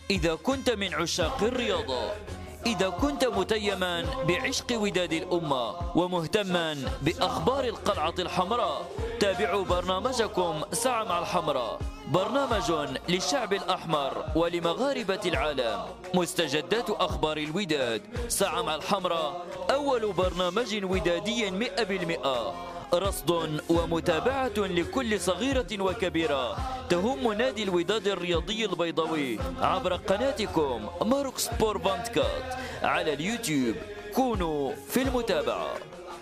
إذا كنت من عشاق الرياضة، إذا كنت متيما بعشق وداد الأمة ومهتما بأخبار القلعة الحمراء، تابعوا برنامجكم ساعة مع الحمراء، برنامج للشعب الأحمر ولمغاربة العالم. مستجدات أخبار الوداد. ساعة مع الحمراء أول برنامج ودادي 100%، رصد ومتابعة لكل صغيرة وكبيرة تهم نادي الوداد الرياضي البيضاوي عبر قناتكم ماروك سبور 24 على اليوتيوب. كونوا في المتابعة.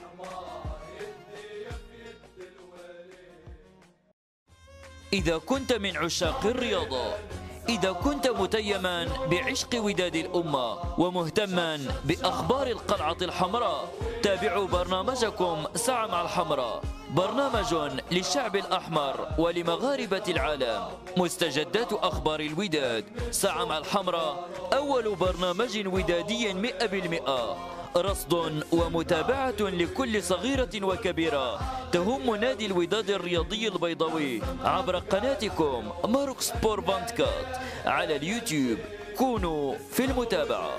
إذا كنت من عشاق الرياضة، إذا كنت متيما بعشق وداد الأمة ومهتما بأخبار القلعة الحمراء، تابعوا برنامجكم ساعة مع الحمراء، برنامج للشعب الأحمر ولمغاربة العالم. مستجدات أخبار الوداد. ساعة مع الحمراء أول برنامج ودادي 100%، رصد ومتابعة لكل صغيرة وكبيرة تهم نادي الوداد الرياضي البيضاوي عبر قناتكم ماروك سبور 24 على اليوتيوب. كونوا في المتابعة.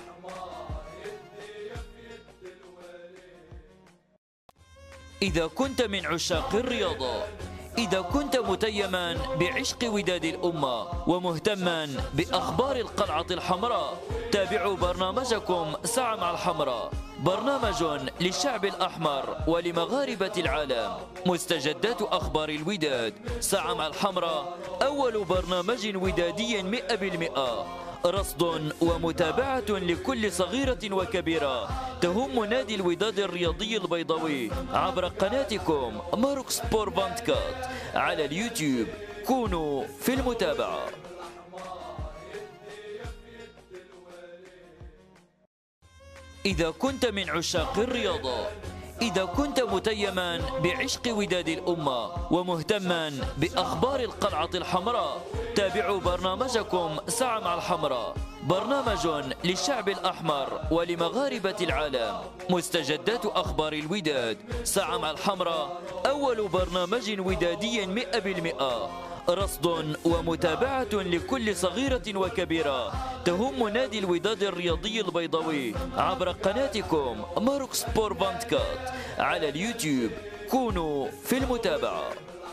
إذا كنت من عشاق الرياضة، إذا كنت متيما بعشق وداد الأمة ومهتما بأخبار القلعة الحمراء، تابعوا برنامجكم ساعة مع الحمراء، برنامج للشعب الأحمر ولمغاربة العالم. مستجدات أخبار الوداد. ساعة مع الحمراء أول برنامج ودادي 100%، رصد ومتابعة لكل صغيرة وكبيرة تهم نادي الوداد الرياضي البيضاوي عبر قناتكم ماروك سبور 24 على اليوتيوب. كونوا في المتابعة. إذا كنت من عشاق الرياضة، إذا كنت متيما بعشق وداد الأمة ومهتما بأخبار القلعة الحمراء، تابعوا برنامجكم ساعة مع الحمراء، برنامج للشعب الأحمر ولمغاربة العالم. مستجدات أخبار الوداد. ساعة مع الحمراء أول برنامج ودادي 100%، رصد ومتابعة لكل صغيرة وكبيرة تهم نادي الوداد الرياضي البيضاوي عبر قناتكم ماروك سبور 24 على اليوتيوب. كونوا في المتابعة.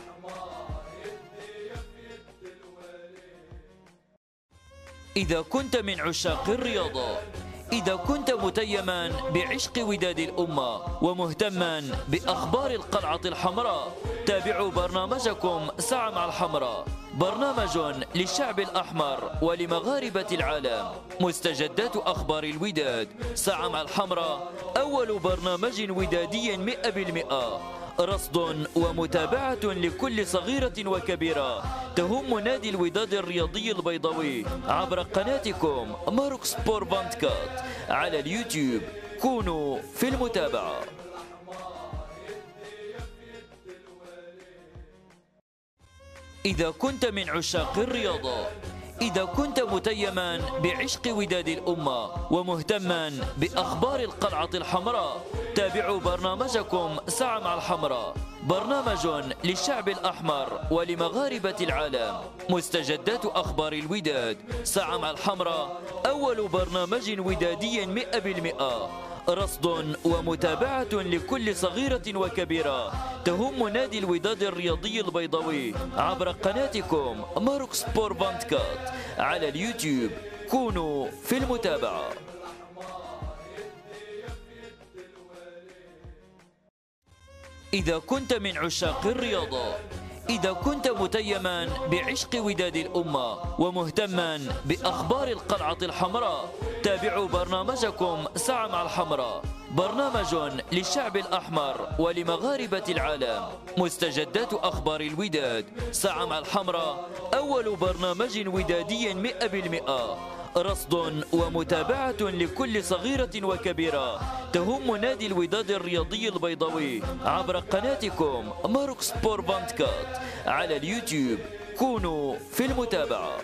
إذا كنت من عشاق الرياضة، إذا كنت متيما بعشق وداد الأمة ومهتما بأخبار القلعة الحمراء، تابعوا برنامجكم ساعة مع الحمراء، برنامج للشعب الأحمر ولمغاربة العالم. مستجدات أخبار الوداد. ساعة مع الحمراء أول برنامج ودادي 100%، رصد ومتابعة لكل صغيرة وكبيرة تهم نادي الوداد الرياضي البيضاوي عبر قناتكم ماروك سبور 24 على اليوتيوب. كونوا في المتابعة. إذا كنت من عشاق الرياضة، إذا كنت متيما بعشق وداد الأمة ومهتما بأخبار القلعة الحمراء، تابعوا برنامجكم ساعة مع الحمراء، برنامج للشعب الأحمر ولمغاربة العالم. مستجدات أخبار الوداد. ساعة مع الحمراء أول برنامج ودادي 100%، رصد ومتابعة لكل صغيرة وكبيرة تهم نادي الوداد الرياضي البيضاوي عبر قناتكم ماروك سبور 24 على اليوتيوب. كونوا في المتابعة. إذا كنت من عشاق الرياضة، إذا كنت متيما بعشق وداد الأمة ومهتما بأخبار القلعة الحمراء، تابعوا برنامجكم ساعة مع الحمراء، برنامج للشعب الأحمر ولمغاربة العالم. مستجدات أخبار الوداد. ساعة مع الحمراء أول برنامج ودادي 100%، رصد ومتابعة لكل صغيرة وكبيرة تهم نادي الوداد الرياضي البيضاوي عبر قناتكم ماروك سبور 24 على اليوتيوب. كونوا في المتابعة.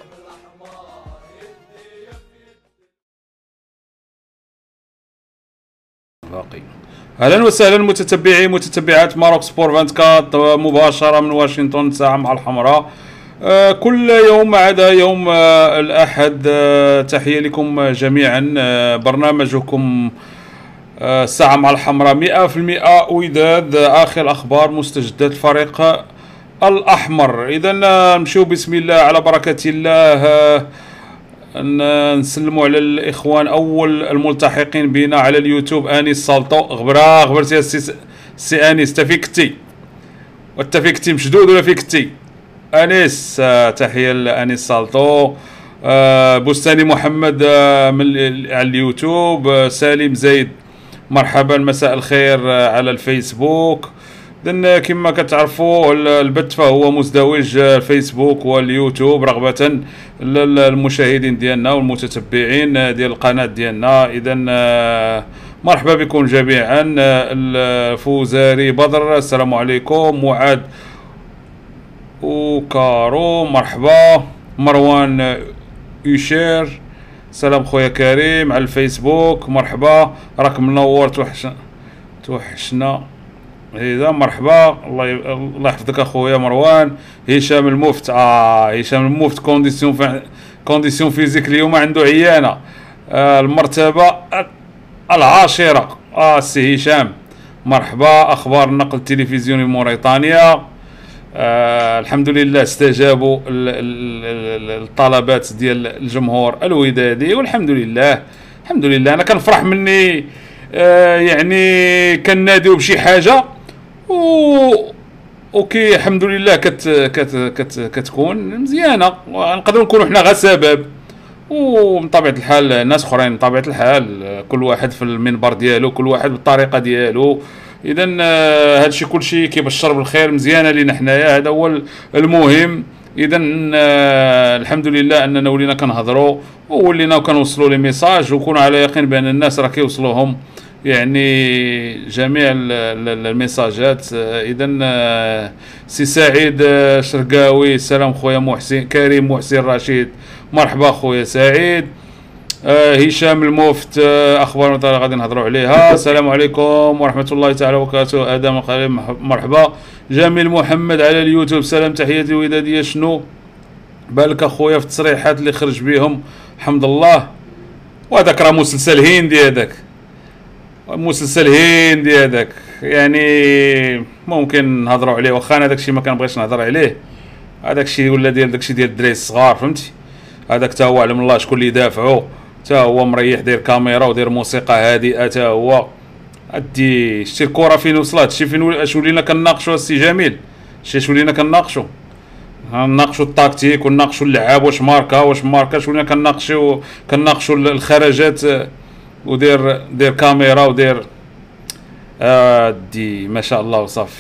اهلا وسهلا متتبعي متتبعات ماروك سبور 24 مباشرة من واشنطن، ساعة مع الحمراء. كل يوم ما عدا يوم الأحد. تحية لكم جميعا. برنامجكم الساعة مع الحمراء 100% وداد، آخر الأخبار مستجدات الفريق الأحمر. إذا نمشيو بسم الله على بركة الله. نسلموا على الإخوان أول الملتحقين بنا على اليوتيوب. أنيس سالطو غبرتي السي أنيس، تا فيك كتي وانت فيك كتي مشدود ولا فيك كتي أنيس؟ تحية لأنيس سالطو. بستاني محمد على اليوتيوب. سالم زيد مرحبا، مساء الخير على الفيسبوك. إذن كما كتعرفوا البث فهو مزدوج الفيسبوك واليوتيوب رغبة للمشاهدين ديالنا والمتتبعين ديال القناة ديالنا. إذا مرحبا بكم جميعا. الفوزاري بدر السلام عليكم. معاذ وكارو مرحبا. مروان يشير سلام خويا كريم على الفيسبوك مرحبا، راك منور. توحشنا. إذا مرحبا، الله يحفظك اخويا مروان. هشام المفت هشام المفت كونديسيون فيزيك اليوم عنده عيانه. المرتبه العاشره. سي هشام مرحبا. اخبار النقل التلفزيوني موريتانيا. الحمد لله استجابوا الطلبات ديال الجمهور الودادي، والحمد لله الحمد لله. انا كنفرح مني يعني كناديو بشي حاجه اوكي الحمد لله كتكون مزيانه، ونقدروا نكونوا حنا غير سبب. ومن طبيعه الحال ناس اخرين من طبيعه الحال كل واحد في المنبر ديالو، كل واحد بالطريقه ديالو. اذا هادشي كلشي كيبشر بالخير، مزيانه لينا حنايا، هذا هو المهم. اذا الحمد لله اننا ولينا كنهضروا وولينا كنوصلوا لي ميساج، وكونوا على يقين بان الناس راه كيوصلوهم يعني جميع الميساجات. اذا سي سعيد شرقاوي السلام خويا محسن كريم محسن رشيد مرحبا خويا سعيد. هشام المفت اخبار غادي نهضروا عليها. السلام عليكم ورحمه الله تعالى وبركاته. ادم الخليل مرحبا. جميل محمد على اليوتيوب سلام تحياتي الوداديه. شنو بالك اخويا في التصريحات اللي خرج بهم؟ الحمد لله. وهذاك راه مسلسل هندي، هذاك مسلسل هندي هذاك، يعني ممكن نهضروا عليه واخا انا داكشي ما كنبغيش نهضر عليه. هذاك الشيء ولا ديال داكشي ديال الدراري الصغار، فهمتي؟ هذاك تا هو علم الله شكون اللي يدافعوا، تا هو مريح داير كاميرا وداير موسيقى هادئه. تا هو ادي شتي الكره فين وصلت، شتي فين اش ولينا كنناقشوا السي جميل، شتي اش ولينا كنناقشوا التكتيك ونناقشوا اللعاب واش ماركا واش ماركاش، ولينا كنناقشوا الخرجات ودير كاميرا ودير دي ما شاء الله وصافي.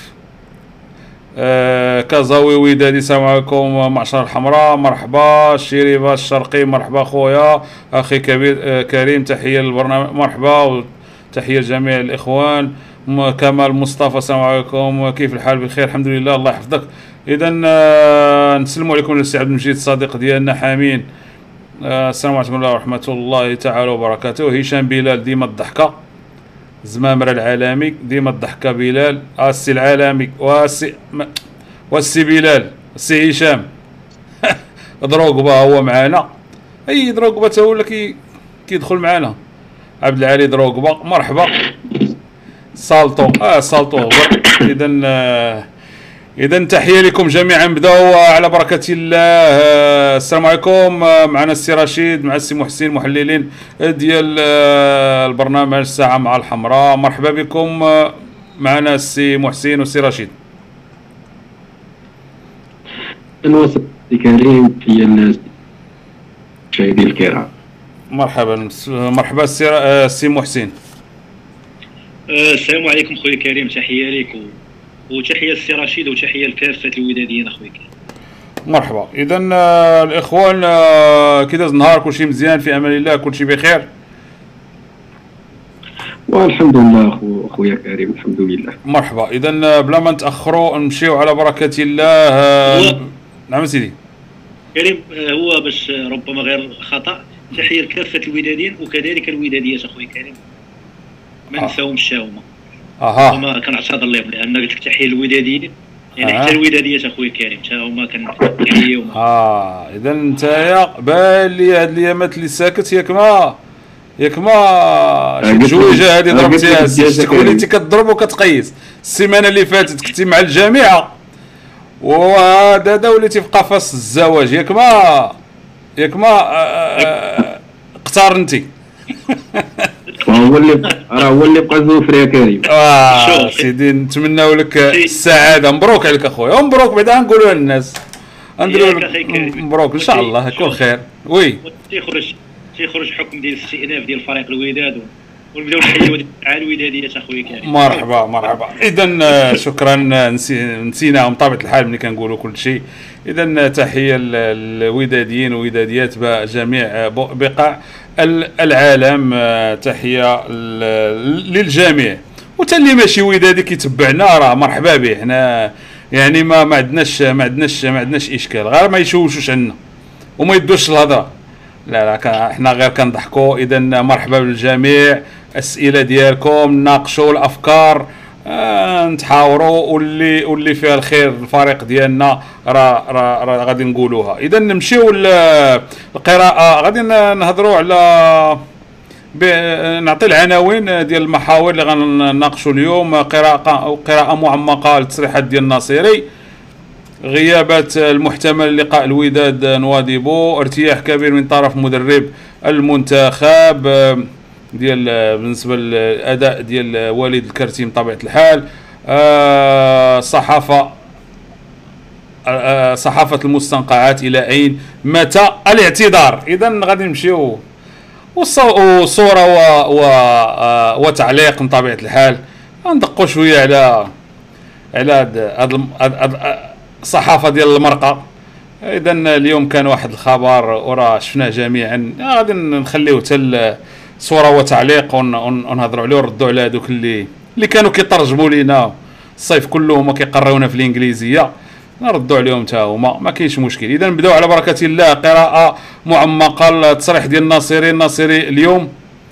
كازاوي ودادي السلام عليكم. معشر الحمراء مرحبا. الشريبه الشرقي مرحبا خويا. اخي كبير كريم تحيه للبرنامج مرحبا، وتحيه لجميع الاخوان. كمال مصطفى السلام عليكم، كيف الحال؟ بخير الحمد لله الله يحفظك. اذا نسلموا عليكم السي عبد المجيد الصديق ديالنا حامين. السلام عليكم ورحمه الله تعالى وبركاته. هشام بلال ديما الضحكه. زمامر العالمي ديما الضحكه. بلال السي العالمي والسي بلال السي هشام دروغبا هو معانا. اي دروغبا تا هو اللي كيدخل معانا. عبد العالي دروغبا مرحبا. سالطو سالطو. اذا تحيه لكم جميعا. بداو على بركه الله. السلام عليكم. معنا السي رشيد مع السي محسن محللين ديال البرنامج الساعه مع الحمراء. مرحبا بكم. معنا السي محسن والسي رشيد. الوسط كريم في المشاهدين الكرام مرحبا مرحبا السي محسن. السلام عليكم خويا كريم، تحيه لك وتحيه للسي رشيد وتحيه لكافه الوداديين اخويا. مرحبا. اذا الاخوان كي داز النهار كلشي مزيان في امان الله كلشي بخير؟ والحمد لله اخويا كريم الحمد لله. مرحبا. اذا بلا ما نتاخروا نمشيو على بركه الله. نعم سيدي كريم. هو باش ربما غير خطا، تحيه لكافه الوداديين وكذلك الوداديات اخويا كريم، ما نساوهمش هما. وما كنعتذر لهم لان قلت لك تحيه للوداديين يعني حتى الوداديات اخويا كريم حتى هما كنحييهم. اذا نتايا بان لي هاد الايامات اللي ساكت ياك ما شي تجويجه هذه ضربتيها شتك وليتي كتضرب وكتقيس. السيمانه اللي فاتت كنتي مع الجامعه وهذا وليتي في قفص الزواج ياك ما اقترنتي. هو اللي بقى زوفر يا كريم. سيدي نتمناو لك السعاده. مبروك عليك اخويا ومبروك بعدا نقولوا للناس نديروا مبروك ان شاء الله يكون خير. وي تيخرج حكم ديال الاستئناف ديال فريق الوداد ونبداو نحيوا مع الوداديات اخويا كريم. مرحبا. اذا شكرا. نسيناهم بطبيعه الحال ملي كنقولوا كل شيء. اذا تحيه للوداديين ووداديات بجميع بقاع العالم. تحيه للجميع وتا اللي ماشي ودادي كيتبعنا راه مرحبا به. حنا يعني ما عندناش اشكال، غير ما يشوشوش عندنا وما يدوش الهضره. لا احنا غير كنضحكوا. اذا مرحبا بالجميع. اسئله ديالكم ناقشوا الافكار نتحاوروا واللي فيها الخير الفريق ديالنا راه غادي نقولوها. اذا نمشيو للقراءه. غادي نهضروا على نعطي العناوين ديال المحاور اللي غنناقشوا اليوم. قراءه معمقه للتصريحات ديال الناصري، غيابات المحتمل لقاء الوداد نواضيبو، ارتياح كبير من طرف مدرب المنتخب ديال بالنسبه للاداء ديال وليد الكرتيم بطبيعه الحال. صحافه المستنقعات الى اين متى الاعتذار. اذا غادي نمشيو وصوره وتعليق بطبيعه الحال. ندقوا شويه على الصحافه ديال المرقه. اذا اليوم كان واحد الخبر وراه شفناه جميعا. غادي نخليوه حتى صوره وتعليق ونهضروا عليه ونردوا على هذوك اللي كانوا كيترجموا لينا الصيف كله هما كيقراونا في الانجليزيه. نردوا عليهم حتى هما ما كاينش مشكل. اذا نبداو على بركه الله. قراءه معمقه التصريح ديال الناصري اليوم.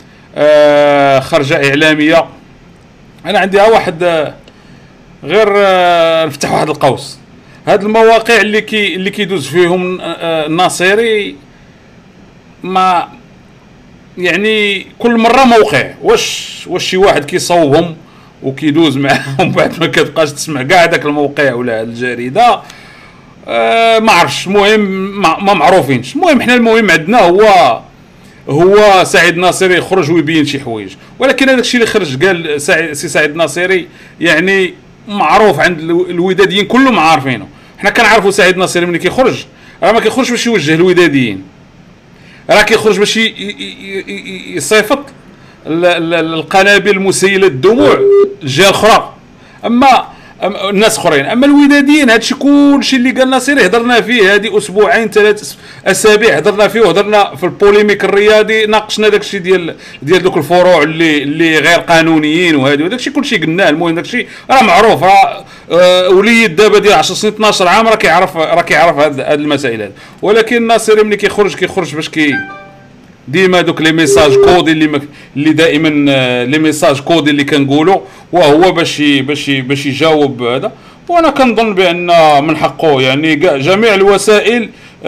خرجه اعلاميه. انا عندي واحد غير نفتح واحد القوس. هاد المواقع اللي كيدوز فيهم الناصري ما يعني كل مره موقع واش شي واحد كيصوبهم وكيدوز معاهم بعد ما كتبقاش تسمع كاع داك الموقع ولا الجريده. ما عرفتش. المهم ما معروفينش. المهم حنا عندنا هو سعيد الناصري يخرج ويبين شي حوايج، ولكن هذاك الشيء اللي خرج قال سعيد الناصري يعني معروف عند الوداديين كلهم عارفينه. حنا كنعرفوا سعيد الناصري ملي كيخرج راه ما كيخرجش باش يوجه الوداديين، راه كيخرج باش يصيفط القنابل المسيله الدموع الجهه الاخرى. اما الناس اخرين. اما الوداديين هادشي كلشي اللي قال الناصري هضرنا فيه هذه اسبوعين 3 اسابيع هضرنا فيه. وهضرنا في البوليميك الرياضي ناقشنا داكشي ديال دوك الفروع اللي غير قانونيين وهذه وداكشي كلشي قلناه. المهم داكشي راه معروف. راه وليد دابا ديال 10 سنين 12 عام راه كيعرف هاد المسائل هذه. ولكن الناصري ملي كيخرج باش ديما دوك لي ميساج كودي اللي دائما لي ميساج كودي اللي كنقولوا وهو باش يجاوب هذا. وانا كنظن بان من حقه يعني جميع الوسائل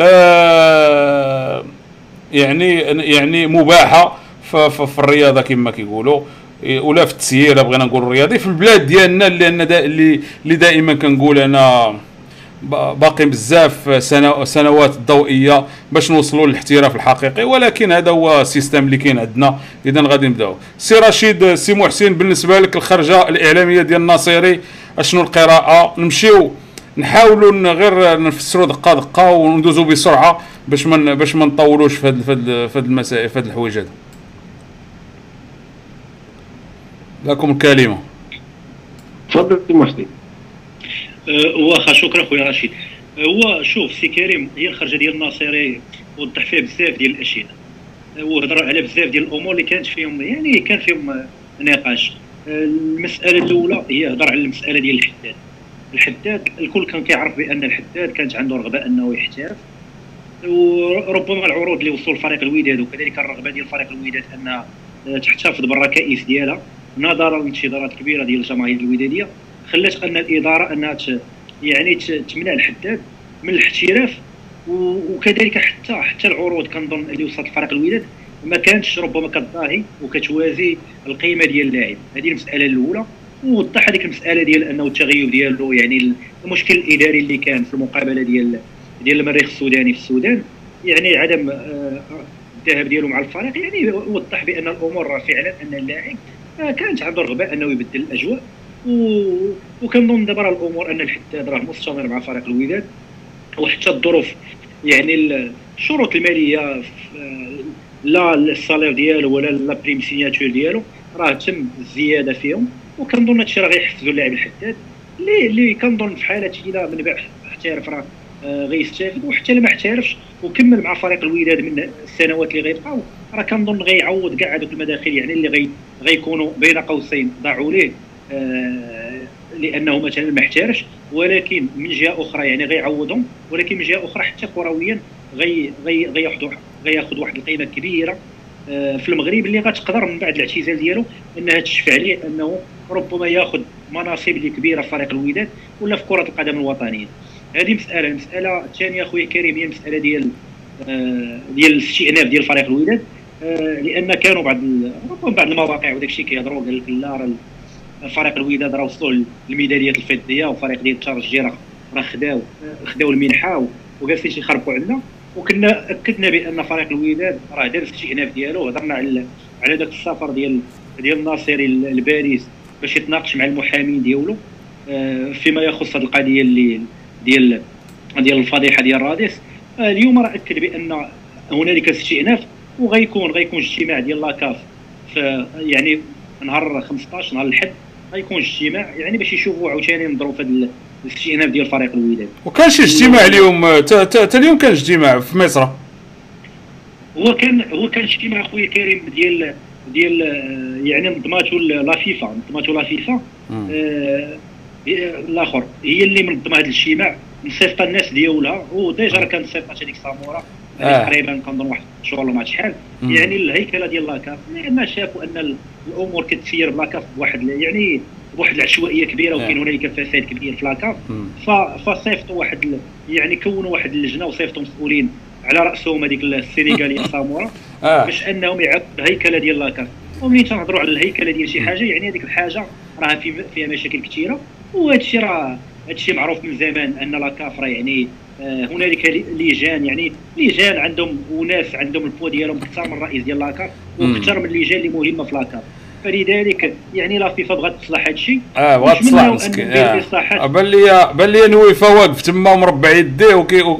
يعني مباحه في الرياضه كما كيقولوا ولا في التسيير بغينا نقولوا الرياضي في البلاد ديالنا اللي دائما كنقول انا باقي بزاف سنوات ضوئيه باش نوصلوا للاحتراف الحقيقي. ولكن هذا هو السيستم اللي كاين عندنا. اذا غادي نبداو. سي رشيد سي محسن بالنسبه لك الخرجه الاعلاميه ديال الناصري اشنو القراءه؟ نمشيو نحاولوا غير نفسروا دقه وندوزوا بسرعه باش ما نطولوش في هذه المسائل في هذه الحوايج هذه. لكم الكلمه. تفضل سي محسن. واخا شكرا خويا رشيد. هو شوف سي كريم هي الخرجه ديال الناصري وضح فيها بزاف ديال الاشياء وهضر على بزاف ديال الامور اللي كانت فيهم يعني كان فيهم نقاش. المساله الاولى هي هضر على المساله ديال الحداد. الكل كان كيعرف بان الحداد كانت عنده رغبه انه يحترف، وربما العروض اللي وصلوا لفريق الوداد وكذلك الرغبه ديال فريق الوداد انها تحتفظ بالركائز ديالها نظرا لانتظارات كبيره ديال الجماهير الوداديه خلات ان الاداره انها يعني تمنع الحداد من الاحتراف. وكذلك حتى العروض كنظن اللي وصلت لفريق الوداد ما كانتش ربما كتضاهي وكتوازي القيمه ديال اللاعب. هذه المساله الاولى. ووضح هذيك المساله ديال انه التغيب ديالو يعني المشكل الاداري اللي كان في المقابله ديال المريخ السوداني في السودان، يعني عدم الذهاب ديالو مع الفريق، يعني وضح بان الامور فعلا ان اللاعب كانت عنده الرغبه انه يبدل الاجواء. وكنظن دابا الامور ان الحداد راه مستمر مع فريق الوداد، وحتى الظروف يعني الشروط الماليه لا الصالير ديالو ولا لا بريم سيناتور ديالو راه تم الزياده فيهم. وكنظن هادشي راه غيحفزوا اللاعب الحداد اللي كنظن في حاله الى من بعد احترف راه غيستافد. وحتى اللي ما احترفش وكمل مع فريق الوداد من السنوات اللي غيبقاو راه كنظن غيعوض كاع هذوك المداخل يعني اللي غيكونوا بين قوسين ضاعوا ليه لانه مثلا ما احترفش. ولكن من جهه اخرى يعني غيعوضهم، ولكن من جهه اخرى حتى كرويا غياخذ واحد القيمه كبيره في المغرب اللي غتقدر من بعد الاعتزال ديالو انها تشفع عليه انه ربما ياخذ مناصب اللي كبيره في فريق الوداد ولا في كره القدم الوطنيه. هذه مساله. المساله الثانيه اخويا كريم هي المساله ديال الاستئناف ديال فريق الوداد، لان كانوا ربما بعض المواقع وداك الشيء كيهضروا قال لك لا راه فريق الوداد راه وصلوا للميداليات الفضيه وفريق ديال الترجي راه خداو المنحه وجالسين يخربوا عندنا. وكنا اكدنا بان فريق الوداد راه دار الاستئناف ديالو. هضرنا على ذاك السفر ديال الناصري لباريس باش يتناقش مع المحامين ديالو فيما يخص هذه القضيه اللي ديال الفضيحه ديال راديس. اليوم راه اكد بان هنالك استئناف وغيكون اجتماع ديال لاكاف يعني نهار 15 نهار الحد غيكون اجتماع يعني باش يشوفوا عاوتاني نضروا في هذا الاستئناف ديال فريق الوداد. وكان شي اجتماع اليوم اليوم كان اجتماع في مصر. هو كان اجتماع اخويا كريم ديال يعني نظماتو لا فيفا الاخر هي اللي منظمه هذا الاجتماع، مصيفط الناس ديالها وديجا راه كانت صيفطات هذيك ساموره تقريبا كنظن واحد شهور ولا ما شحال. يعني الهيكله ديال لاكاف لان شافوا ان الامور كتسير بلاكاف بواحد يعني بواحد العشوائيه كبيره وكاين هنالك فساد كبير في لاكاف. فصيفطوا واحد يعني كونوا واحد اللجنه وصيفطوا مسؤولين على راسهم هذيك السينيغاليه ساموره باش انهم يعطوا الهيكله ديال لاكاف. وملي تنهضروا على الهيكله ديال شي حاجه يعني هذيك الحاجه راه فيها مشاكل كثيره. وهذا الشيء راه معروف من زمان ان لاكاف راه يعني هنالك لجان عندهم وناس عندهم البوا ديالهم اكثر من الرئيس ديال لاكاف واكثر من اللجان اللي مهمه في لاكاف. فلذلك يعني لا فيفا بغات تصلح هذا الشيء بغات تصلح مسكين. بان لي نويفا واقف تما مربع يديه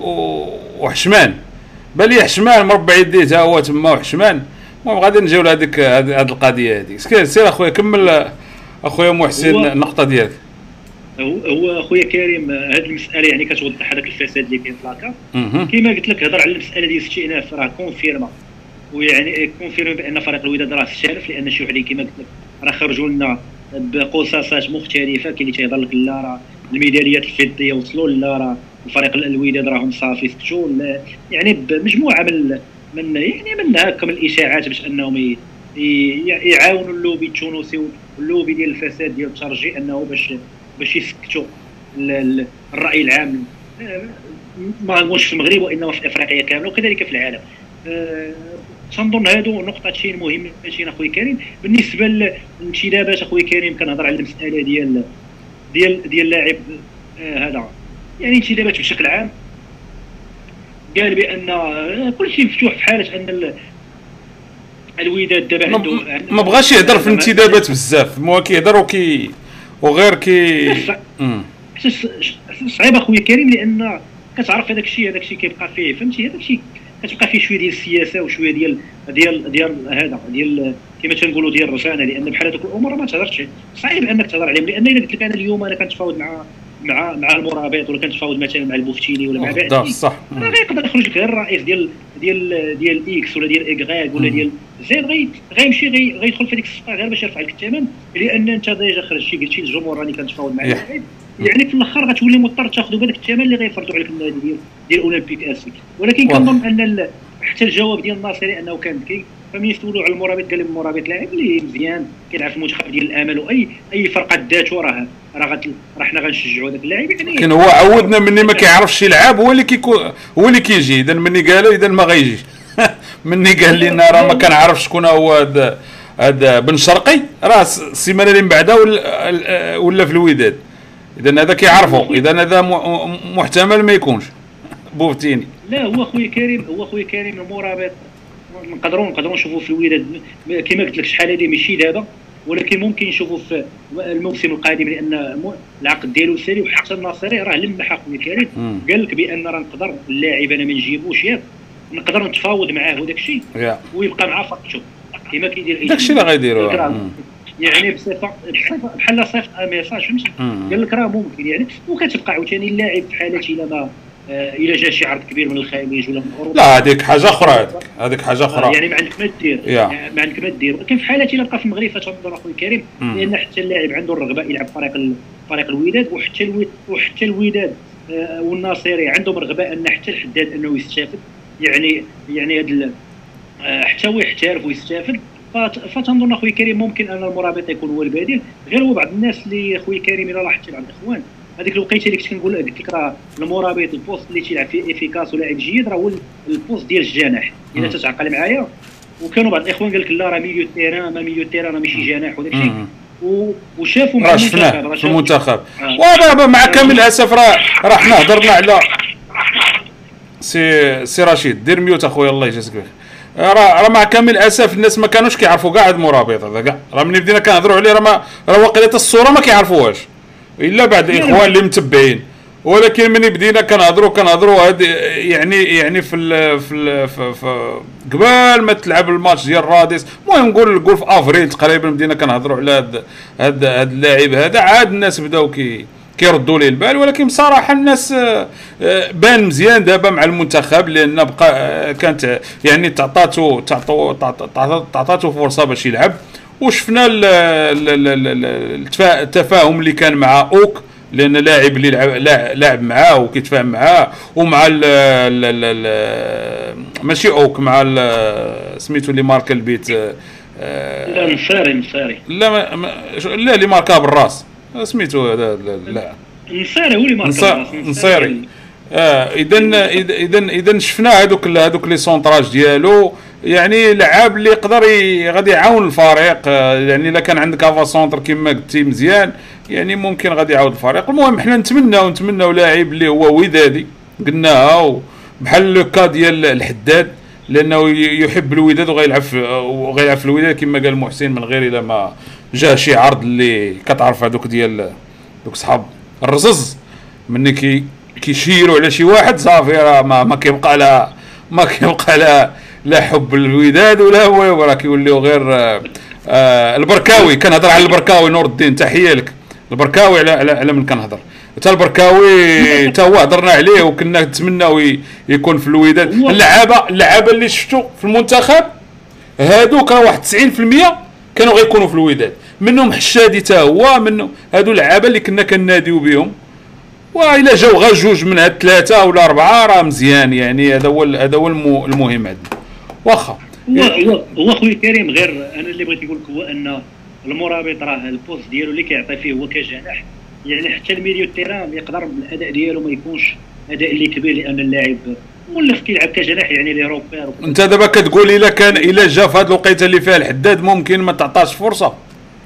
وحشمان بان لي حشمان مربع يديه حتى هو تما وحشمان. المهم غادي نجيو لهذيك هذه القضيه هذه. سير اخويا كمل اخويا محسن النقطه ديالك. هو اخويا كريم هذه المساله يعني كتوضح هذاك الفساد اللي كاين في لاكاف. كما قلت لك هضر على المساله ديال الاستئناف راه كونفيرما، ويعني كونفيرم بان فريق الوداد راه استهدف لان شوف عليه كما قلت لك راه خرجوا لنا بقصاصات مختلفه. كاين اللي تيهضر لك لا راه الميداليات الفضيه وصلوا، لا راه الفريق الوداد راهم صافي سكتوا، يعني بمجموعه من هكا من الاشاعات باش انهم يعاونوا اللوبي التونسي واللوبي ديال الفساد ديال الترجي انه باش يسكتوا الراي العام ما نقولش في المغرب وانما في افريقيا كامله وكذلك في العالم. تنظن هادو نقطتين مهمتين اخويا كريم. بالنسبه للانتدابات اخويا كريم كنهضر على المساله ديال اللاعب هذا يعني انتدابات بشكل عام. قال بان كل شيء مفتوح في حاله ان الوداد دابا عنده ما بغاش يهضر في الانتدابات بزاف، هو كيهضر وغير صعيب اخويا كريم لان كتعرف هذاك الشيء كيبقى فيه فهمتي. هذاك الشيء كتبقى فيه شويه ديال السياسه وشويه ديال هذا ديال كما تنقولوا ديال الرزانه، لان بحال هذوك الامور ما تهضرش. صعيب انك تهضر عليهم لان الا قلت لك انا اليوم انا كنتفاوض مع المرابط ولا كنتفاوض مثلا مع البوفتيني ولا مع بعض صح راه غيقدر يخرج لك غير الرئيس ديال اكس ولا ديال اكغاك ولا ديال زين غيمشي غيدخل في هذيك الصفقه غير باش يرفع لك الثمن، لان انت ديجا خرجتي قلتي الجمهور راني كنتفاوض مع اللاعب. يعني في الاخر غتولي مضطر تاخذ بهذاك الثمن اللي غيفرضوا عليك النادي ديال اولمبيك اسيك. ولكن كنظن ان حتى الجواب ديال الناصري انه كان ذكي فمن سولوا على المرابط قال لهم المرابط لاعب اللي مزيان كيلعب في المنتخب ديال الامل، واي فرقه داتو راه حنا غنشجعوا داك اللاعب يعني. لكن هو عودنا مني ما كيعرفش يلعب هو اللي هو اللي كيجي. اذا مني قالوا اذا ما غيجيش مني قال لنا راه ما كنعرفش شكون هو هذا بن شرقي، راه السيمانه اللي من بعدها ولا في الوداد. اذا هذا كيعرفوا، اذا هذا محتمل ما يكونش بوفتيني. لا هو خويا كريم المرابط نقدروا نشوفوا في الوداد كما قلت لك شحال هذه ماشي دابا، ولكن ممكن نشوفوا في الموسم القادم، لان العقد ديالو سالي. وحتى الناصري راه لمح خويا كريم قال لك بان راه نقدر اللاعب انا ما نجيبوش ياك، نقدر نتفاوض معاه وداك الشيء ويبقى معاه فقطو كما كيدير داك الشيء اللي غيديروا يعني بصفه بحال صيفط ميساج فهمتي. قال لك راه ممكن يعني، وكتبقى عاوتاني اللاعب في حاله الى جا شي عرض كبير من الخارج ولا من اوروبا. لا هذيك حاجه اخرى، هذيك حاجه اخرى يعني ما عندك ما دير ما عندك ما دير. ولكن في حاله الا بقى في المغرب فتنظر اخويا كريم، لان حتى اللاعب عنده الرغبه يلعب فريق الوداد، وحتى الوداد والناصري عندهم رغبه ان حتى الحداد انه يستافد، يعني هذا حتى هو يحترف ويستافد. فتنظن اخويا كريم ممكن ان المرابط يكون هو البديل. غير هو بعض الناس اللي اخويا كريم الا لاحظتي بعض الاخوان هذيك الوقيته اللي كنت كنقول قلت لك راه المرابط البوست اللي تيلعب فيه افيكاس ولاعب جيد راه هو البوست ديال الجناح الا تتعقل معايا. وكانوا بعض الاخوان قال لك لا راه ميليو تيران، ما ميليو تيران راه ماشي جناح وداك الشيء، وشافوا مع المنتخب في المنتخب. ودابا مع كامل الاسف راه حنا هضرنا على سي رشيد دير ميوت اخويا الله يجازيك بخير. راه مع كامل الاسف الناس ما كانوش كيعرفوا كاع هاد المرابط هذا كاع، راه ملي بدينا كنهضروا عليه راه واقيلا الصوره ما كيعرفوهاش الا بعد الاخوان اللي متبعين. ولكن ملي بدينا كنهضروا هاد يعني في قبل ما تلعب الماتش ديال راديس، المهم نقول في افريل تقريبا بدينا كنهضروا على هاد اللاعب هذا. عاد الناس بداو كيردوا ليه البال. ولكن بصراحه الناس بان مزيان دابا مع المنتخب، لان بقى كانت يعني تعطاتو فرصه باش يلعب. وشفنا التفاهم اللي كان مع اوك، لان لاعب اللي لاعب معاه وكيتفاهم معاه، ومع ماشي اوك، مع سميتو اللي ماركا البيت لا نصاري لا اللي ماركا بالراس سميتو هذا لا نصاري هو اللي ماركا نصيري. اذا شفنا هذوك لي سونطراج ديالو، يعني لعاب اللي يقدر غادي يعاون الفريق. يعني الا كان عندك افا سونتر كما قلتي مزيان يعني ممكن غادي يعاود الفريق. المهم حنا نتمناو لاعب اللي هو ودادي قلناها، بحال لو كا ديال الحداد، لانه يحب الوداد وغيلعب في الوداد كما قال محسن، من غير الا ما جا شي عرض اللي كتعرف هذوك ديال دوك صحاب الرزز مني كيشيروا على شي واحد صافي راه ما كيبقى لا حب الوداد ولا هو، راه كيوليو غير البركاوي. كنهضر على البركاوي نور الدين، تحيه لك البركاوي على من كنهضر. حتى البركاوي حتى هو هضرنا عليه وكنا نتمناو يكون في الوداد. اللعابه اللي شفتوا في المنتخب هادوك راه واحد 90% كانوا غيكونوا في الوداد، منهم حشادي حتى هو، منهم هادو اللعابه اللي كنا كناديو بهم. والا جاو غير جوج من هاد ثلاثه ولا اربعه راه مزيان. يعني هذا هو المهم عندنا. واخا هو خويا كريم، غير انا اللي بغيت نقول لك هو ان المرابط راه البوست ديالو اللي كيعطي فيه هو كجناح، يعني حتى الميليو تيران يقدر الاداء ديالو ما يكونش اداء اللي كبير، لان اللاعب مولف كيلعب كجناح يعني لي روبير. انت دابا كتقول الا جا في هاد الوقيته اللي فيها الحداد ممكن ما تعطاش فرصه.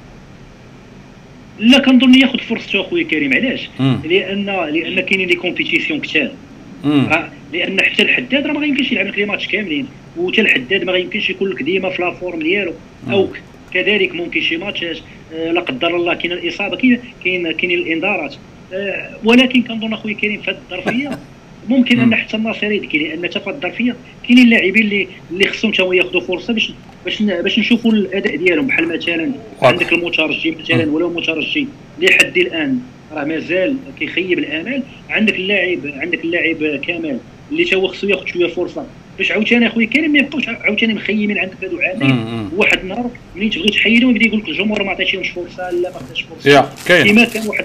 لا كنظن ياخذ فرصته اخويا كريم. علاش؟ لان كاينين لي كومبيتيسيون كثار. لان حتى الحداد راه ما غيمكنش يلعب لك لي ماتش كاملين، وحتى الحداد ما غيمكنش يكون لك ديما في لا فورم ديالو. او كذلك ممكن شي ماتشات لا قدر الله كاين الاصابه، كاين الانذارات. ولكن كنظن اخويا كريم في هذه الظرفيه ممكن ان حتى الناصري يذكي، لان حتى في هذه الظرفيه كاينين اللاعبين اللي خصهم حتى هو ياخذوا فرصه باش نشوفوا الاداء ديالهم. بحال مثلا عندك المترجي مثلا، ولا المترجي لحد الان راه مازال كيخيب الامال. عندك اللاعب كمال اللي تا هو خصو ياخذ شويه فرصه باش عاوتاني اخويا كريم ما يبقاوش عاوتاني مخيمين عندك هادو عامين. واحد النهار ملي تبغي تحيدهم يبدا يقول لك الجمهور ما عطيتيهمش فرصه، لا ما عطيتش فرصه. كاين كما كان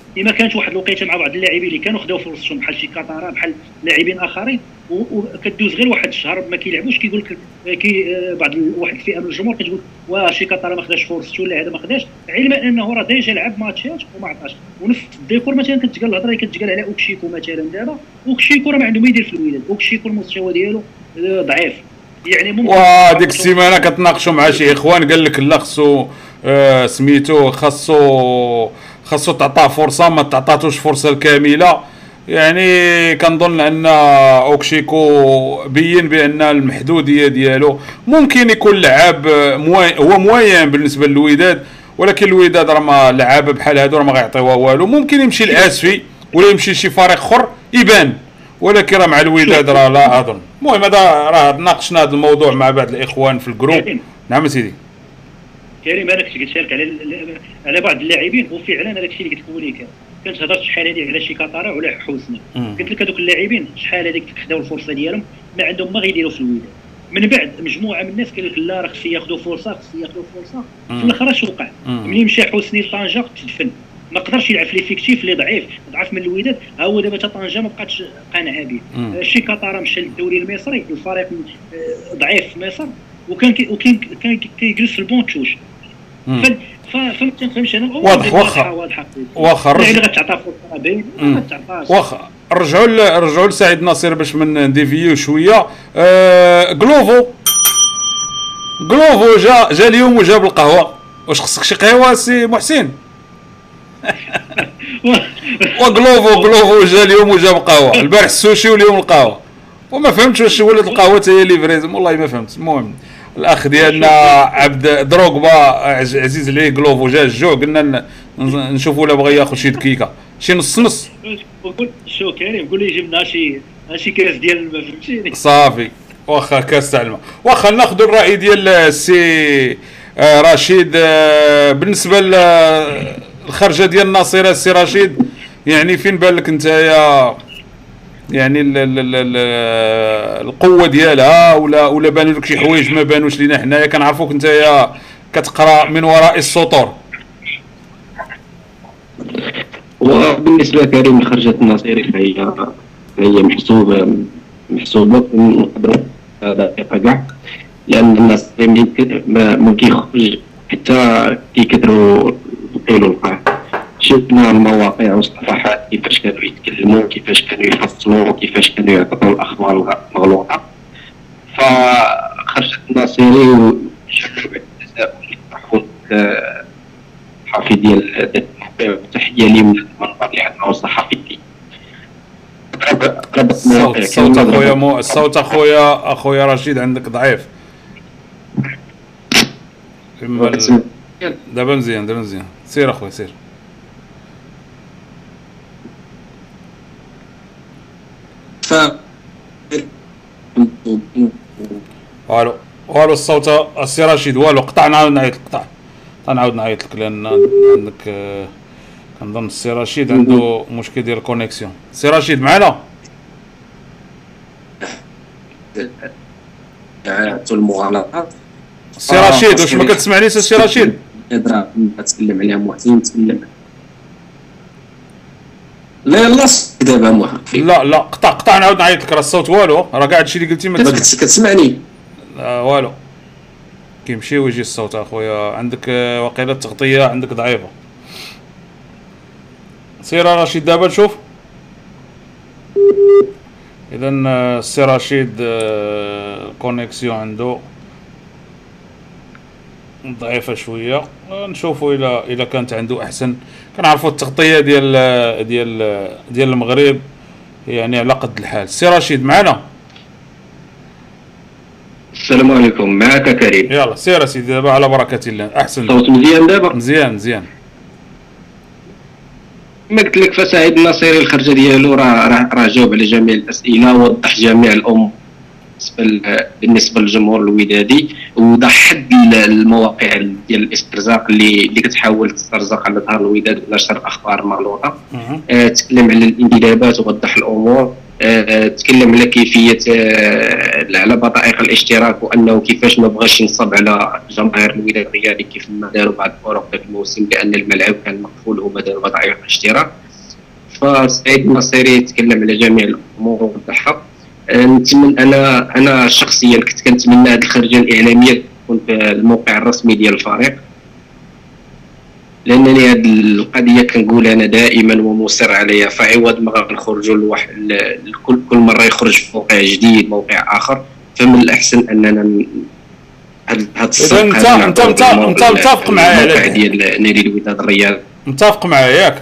اما كانت واحد الوقيته مع بعض اللاعبين اللي كانوا خداو فرصتهم بحال شي كاتارا بحال لاعبين اخرين، وكدوز غير واحد الشهر ما كيلعبوش كيقول لك بعض واحد الفئه من الجمهور كتقول واه شي كاتارا ما خداش فرصته ولا هذا ما خداش، علما انه راه ديجا لعب ماتشات وما عطاش. ونفس الديكور مثلا كتقال الهضره اللي كتقال على اوكشيكو مثلا دابا، اوكشيكو راه ما عنده ما يدير في الوداد، اوكشيكو المستوى ديالو ضعيف يعني ممكن. وديك السيمانه كتناقشوا مع شي اخوان قال لك لا خصو سميتو خاصو تعطاه فرصه، ما تعطاتوش فرصه الكامله. يعني كنظن ان اوكشيكو بين بان المحدوديه ديالو ممكن يكون لعاب هو موين بالنسبه للوداد، ولكن الوداد راه ما لعابه بحال هادو راه ما غيعطيوها والو. ممكن يمشي لاسفي ولا يمشي لشي فريق اخر يبان، ولكن راه مع الوداد راه لا اظن. المهم هذا راه ناقشنا هذا الموضوع مع بعض الاخوان في الجروب. نعم سيدي كريم، انا كنت قلت لك على بعض اللاعبين، وفعلا هذاك الشيء اللي قلت لك هو اللي كان كنت هضرت شحال هذه على شي كاتارا وعلى حسني. قلت لك هذوك اللاعبين شحال هذيك خداو الفرصه ديالهم ما عندهم ما غيديروا في الوداد. من بعد مجموعه من الناس قال لك لا راه خص ياخذوا فرصه، في الاخر اش وقع؟ ملي مشى حسني لطنجه تدفن، ما قدرش يلعب في ليفيكتيف اللي ضعف من الوداد. ها هو دابا طنجه ما بقاتش قانعه به. شي كاتارا مشى للدوري المصري، الفريق ضعيف في مصر، وكان كيجلس في البونتوش. فما تنفهمش انا. واضح واخا اللي غتعطى فرصه باين ما تعطاش. واخا رجعوا لسعيد ناصر باش من ديفيو شويه. غلوفو جا اليوم وجاب القهوه. واش خصك شي قهوه سي محسن؟ وغلوفو جا اليوم وجاب قهوه. البارح السوشي واليوم القهوه، وما فهمتش واش ولات القهوه هي ليفريزم، والله ما فهمت. المهم الاخ ديالنا عبد دروغبا عزيز عليه غلوفو جا الجوع، قلنا نشوفوا ولا بغى ياخذ شي دكيكه شي نص. شو كريم قول لي جبنا شي كاس ديال الماء، فهمتيني؟ صافي واخا كاس تاع الماء. واخا ناخذ الراي ديال السي رشيد بالنسبه للخرجه ديال الناصره. السي رشيد يعني فين بان لك نتايا يعني القوه ديالها، ولا بانوا لك شي حوايج ما بانوش لينا حنايا؟ كنعرفوك نتايا كتقرا من وراء السطور. وبالنسبه كريم لخرجه الناصري فهي محسوبه نقدروا هذا كاع، لان الناصري ما كيخرج حتى كيكثروا يقولوا القاع. شفنا المواقع والصفحات كيفاش كانوا يتكلموا، كيفاش كانوا يفصلوا، كيفاش كانوا يعطوا الاخبار المغلوطه. فخرجت الناصري وشكروا بعد التساؤل اللي طرحوه الصحفي ديال تحيه لي من المنبر اللي عندنا الصحفي ديالي. الصوت اخويا رشيد عندك ضعيف. دابا مزيان سير اخويا سير. والو الصوت السي رشيد والو قطع. نعاود نعيط لك لان عندك كنظن السي رشيد عنده مشكل ديال الكونيكسيون. السي رشيد معنا؟ المغالطات السي رشيد واش ما كتسمعنيش السي رشيد؟ تكلم عليها محسن تكلم. لا دابا محسن لا قطع نعاود نعيط لك. راه الصوت والو، راه كاع هادشي اللي قلتي ما كتسمعني. والو كيمشي ويجي الصوت اخويا. عندك وقيله التغطيه عندك ضعيفه. سير رشيد دابا نشوف. اذا السي رشيد الكونيكسيون عنده ضعيفه شويه. نشوفوا الى كانت عنده احسن. كنعرفوا التغطيه ديال المغرب يعني على قد الحال. السي رشيد معنا؟ السلام عليكم. معك كريم. يلا سير سيدي دابا على بركه الله. احسن صوت مزيان دابا؟ مزيان. ما قلت لك فسعيد الناصري الخرجه ديالو راه جاوب على جميع الاسئله ووضح جميع الامور بالنسبه للجمهور الودادي، ووضح حد المواقع ديال الاسترزاق اللي كتحاول تسترزق على ظهر الوداد ونشر اخبار مغلوطه. تكلم على الانتدابات ووضح الامور تكلم على كيفيه على بطائق الاشتراك، وانه كيفاش ما بغاش ينصب على جماهير الوداد الرياضي كيف ما داروا بعض الفرق ذاك الموسم، لان الملعب كان مقفول وما داروا بطائق الاشتراك. فسعيد الناصري تكلم على جميع الامور ووضحها. نتمنى انا شخصيا كنت كنتمنى هذه الخرجه الاعلاميه تكون في الموقع الرسمي ديال الفريق، لانني هذه القضيه كنقول انا دائما ومصر عليها. فعوض ما غنخرجوا لواحد كل مره يخرج في موقع جديد موقع اخر، فمن الاحسن اننا هاد انت متفق معايا الموقع ديال نادي الوداد الرياضي. متفق معايا ياك؟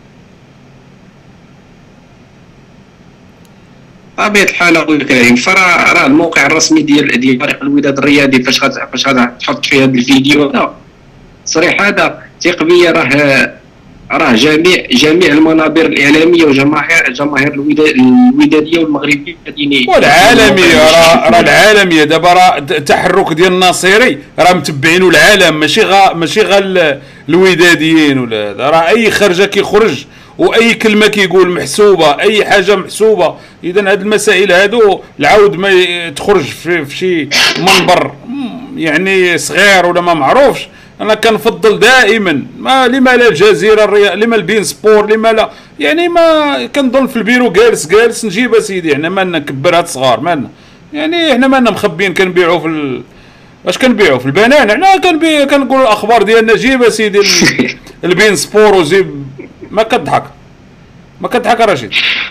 طبيعة الحال اخويا الكريم، فراه الموقع الرسمي ديال فريق الوداد الرياضي فاش غتحط فيه هذا الفيديو هذا تصريح هذا ثق بيا راه جميع المنابر الاعلاميه وجماهير الوداديه والمغربيه والعالميه راه العالميه دابا راه التحرك ديال الناصري راه متبعينه العالم، ماشي غير الوداديين ولا هذا. راه اي خرجه كيخرج واي كلمه كيقول محسوبه، اي حاجه محسوبه. اذا هاد المسائل هادو العود ما تخرج في شي منبر يعني صغير ولا ما معروفش. انا كنفضل دائما لما لا الجزيره لما البين سبور لما لا، يعني ما كنظن في البيرو جالس نجيب اسيدي. احنا مالنا نكبر هاد الصغار، مالنا يعني احنا مالنا مخبيين كنبيعوا في اش كنبيعوا في البنان. حنا كنقولوا الاخبار ديالنا. جيب اسيدي البين سبور وجيب. ما كضحك رشيد؟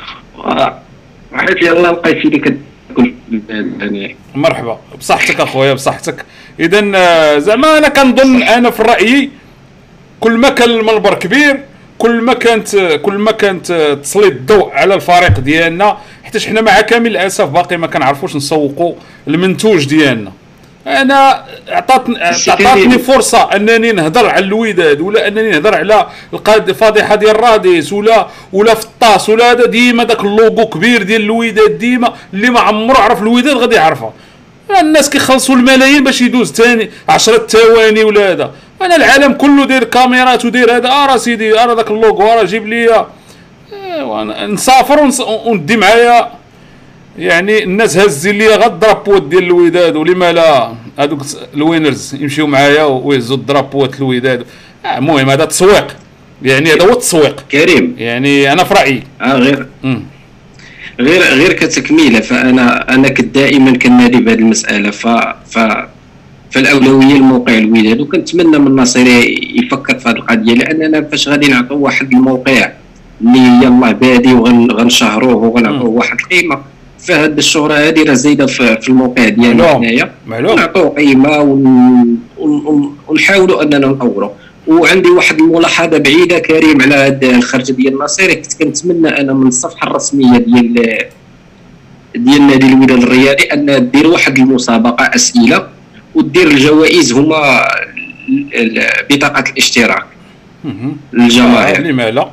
حيت يلاه لقيت سيدي كتقول مرحبا بصحتك اخويا بصحتك. اذا زعما انا كنظن انا في رايي كل ما كان المنبر كبير كل ما كانت تسليط الضوء على الفريق ديالنا، حيت حنا مع كامل الاسف باقي ما كنعرفوش نسوقوا المنتوج ديالنا. انا عطاتني فرصه انني نهضر على الوداد ولا انني نهضر على الفضيحه ديال راديس ولا في الطاس ولا هذا، ديما داك اللوغو كبير ديال الوداد ديما اللي ما عمرو عرف الوداد غادي يعرفها. الناس كيخلصوا الملايين باش يدوز ثاني 10 ثواني ولا هذا. انا العالم كله داير كاميرات وداير هذا. راه سيدي راه داك اللوغو راه جيب لي نسافر وندي معايا. يعني الناس هازين لي غير الدرابوات ديال الوداد، ولما لا هذوك الوينرز يمشيو معايا ويهزوا الدرابوات الوداد. المهم هذا تسويق، يعني هذا هو التسويق كريم. يعني انا في رايي غير كتكميله. فانا كنت دائما كنادي بهذه المساله. فالاولويه لموقع الوداد، وكنتمنى من الناصري يفكر في هذه القضيه، لاننا فاش غادي نعطيو واحد الموقع اللي يلاه بادي وغنشهروه وغنعطيوه واحد القيمه، فهاد الشهره هذه راه زايده في الموقع ديالنا حنايا، نعطيو قيمه ونحاولوا اننا نطوروا. وعندي واحد الملاحظه بعيده كريم على هاد الخرجه ديال الناصري. كنت كنتمنى انا من الصفحه الرسميه ديال نادي الوداد الرياضي ان دير واحد المسابقه اسئله ودير الجوائز هما بطاقه الاشتراك للجماهير. لما لا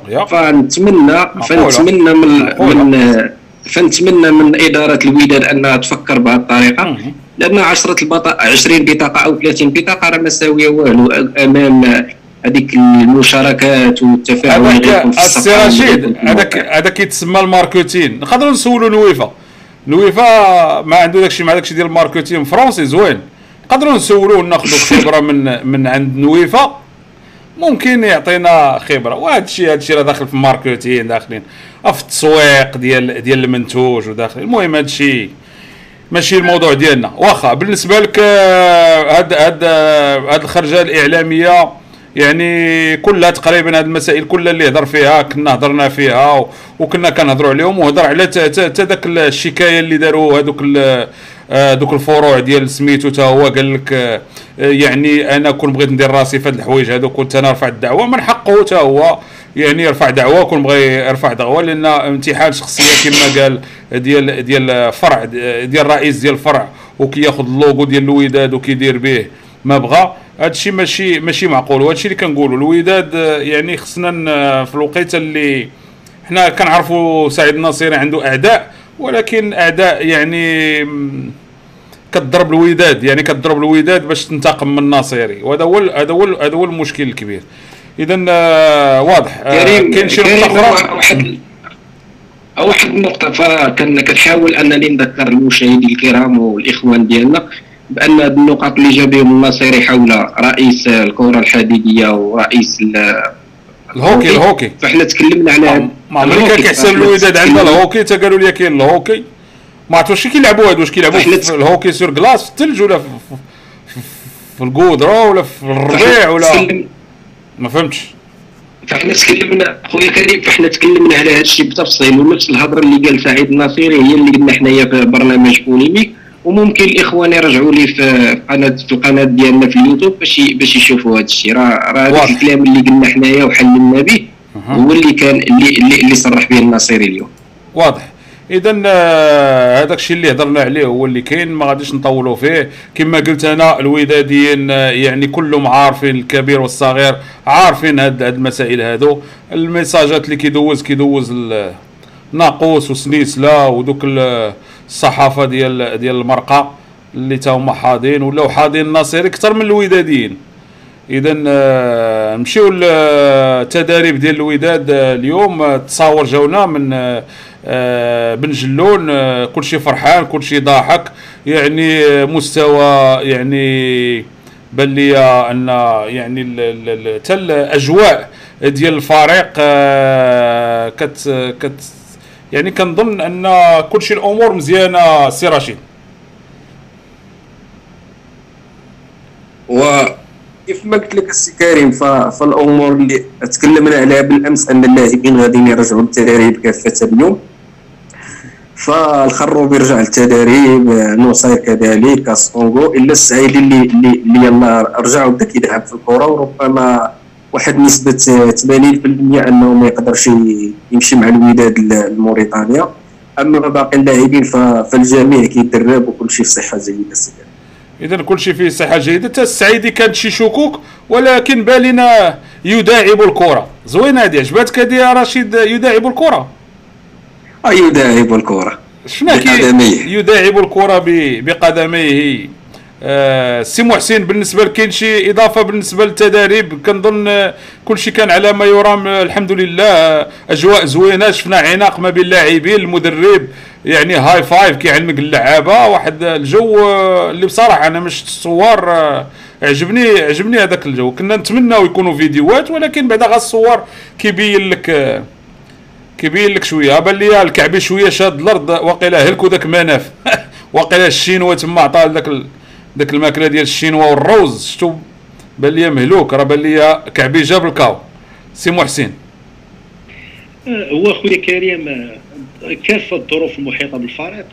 فنتمنى من اداره الوداد انها تفكر بهذه الطريقه، لان 20 بطاقه او 30 بطاقه راه ما ساويه والو امام هذيك المشاركات والتفاعل اللي يكون في الصفحه. رشيد هذا كيتسمى الماركتين. نقدروا نسولوا الويفا ما عنده داكشي مع داكشي ديال الماركتين فرونسي زوين. نقدروا نسولوا وناخذوا خبره من عند نويفا، ممكن يعطينا خبره. وهذا الشيء راه داخل في الماركتين، داخلين في التسويق ديال المنتوج وداخل. المهم هذا الشيء ماشي الموضوع ديالنا. واخا بالنسبه لك هاد الخرجه الاعلاميه يعني كلها تقريبا هاد المسائل كلها اللي هضر فيها كنا هضرنا فيها وكنا كنهضروا عليهم، وهضر على تا داك الشكايه اللي داروا دوك الفروع ديال سميتو. تا هو قال لك يعني انا كون بغيت ندير راسي في هاد الحوايج هادو كنت انا رفع الدعوه. من حقه تا هو يعني يرفع دعوه، كون بغى يرفع دعوه، لان امتحان شخصيه كما قال ديال فرع ديال رئيس ديال الفرع وكياخذ اللوغو ديال الوداد وكيدير به ما بغى. هادشي ماشي معقول. وهادشي اللي كنقولوا الوداد يعني خصنا في الوقيته اللي حنا كنعرفوا سعيد الناصري عنده اعداء، ولكن اعداء يعني كتضرب الوداد، يعني كتضرب الوداد باش تنتقم من الناصري، وهذا هو المشكل الكبير. اذا واضح. كاين شي نقطه اخرى؟ واحد النقطة، كنحاول أنني نذكر المشاهدين الكرام والإخوان ديالنا بأن النقاط اللي جا بهم الناصري حول رئيس الكرة الحديدية ورئيس الهوكي فاحنا تكلمنا على ما كان كيحسن الوداد عندنا الهوكي، تا قالوا لي كاين الهوكي، ما عرفتش واش كيلعبوا هادو، واش كيلعبوا في الهوكي سور كلاص في الثلج ولا في القودرة ولا في الربيع ولا ما فهمتش. فاحنا تكلمنا خويا كريم، فاحنا تكلمنا على هذا الشيء بتفصيل، ونفس الهضره اللي قال سعيد الناصري هي اللي قلنا حنايا في برنامج بوليميك، وممكن الاخوان يرجعوا لي في القناه ديالنا في اليوتيوب باش يشوفوا هذا الشيء. راه هذا الكلام اللي قلنا حنايا وحللنا به هو اللي كان اللي صرح به الناصري اليوم. واضح. اذا هذاك الشيء اللي هضرنا عليه هو اللي كاين، ما غاديش نطولوا فيه. كما قلت انا الوداديين يعني كلهم عارفين، الكبير والصغير عارفين هاد المسائل هادو. الميساجات اللي كيدوز ناقوس وسنيسلا ودوك الصحافه ديال المرقه اللي تا هما حاضين ولاو حاضين الناصري اكثر من الوداديين. اذا نمشيو للتداريب ديال الوداد اليوم. تصاور جاونا من بن جلون، كلشي فرحان كلشي ضاحك، يعني مستوى يعني بان لي ان يعني حتى الاجواء ديال الفريق كت يعني كنظن ان كلشي الامور مزيانه سي رشيد. كيف ما قلت لك السي كريم، فالامور اللي تكلمنا عليها بالامس ان اللاعبين غاديين يرجعوا للتدريب كافه اليوم، فالخروبي رجع للتدريب، نصير كذلك، كاسونغو، الا السعيدي اللي يلا رجع وبدا كيلعب في الكره، وربما واحد نسبه 80% انه ما يقدرش يمشي مع الوداد لموريتانيا. اما باقي اللاعبين فالجميع كيدرب وكل شيء في صحه جيده. اذا كل شيء فيه صحه جيده. حتى السعيدي كانت شي شكوك، ولكن بالنا يداعب الكره. زوينه هذه، عجبتك هذه يا رشيد؟ يداعب الكره، يداعب الكره بقدميه، يداعب الكره بقدميه. سي محسن، بالنسبه لك كاين شي اضافه بالنسبه للتدريب؟ كنظن كل شيء كان على ما يرام الحمد لله. اجواء زوينه، شفنا عناق ما بين اللاعبين، المدرب يعني هاي فايف كيعلمك اللعابه، واحد الجو اللي بصراحه انا مش الصور عجبني هذاك الجو. كنا نتمناو يكونوا فيديوهات، ولكن بعدا غا الصور كيبين لك شويه. بان لي الكعبي شويه شاد الارض، واقيلا هلكوا ذاك مناف واقيلا الشينوا تما عطا داك الماكله ديال الشينوا والروز، شفتو بان لي مهلوك. راه بان لي كعبي جاب الكاو. سي محسن، هو خويا كريم كافه الظروف المحيطه بالفريق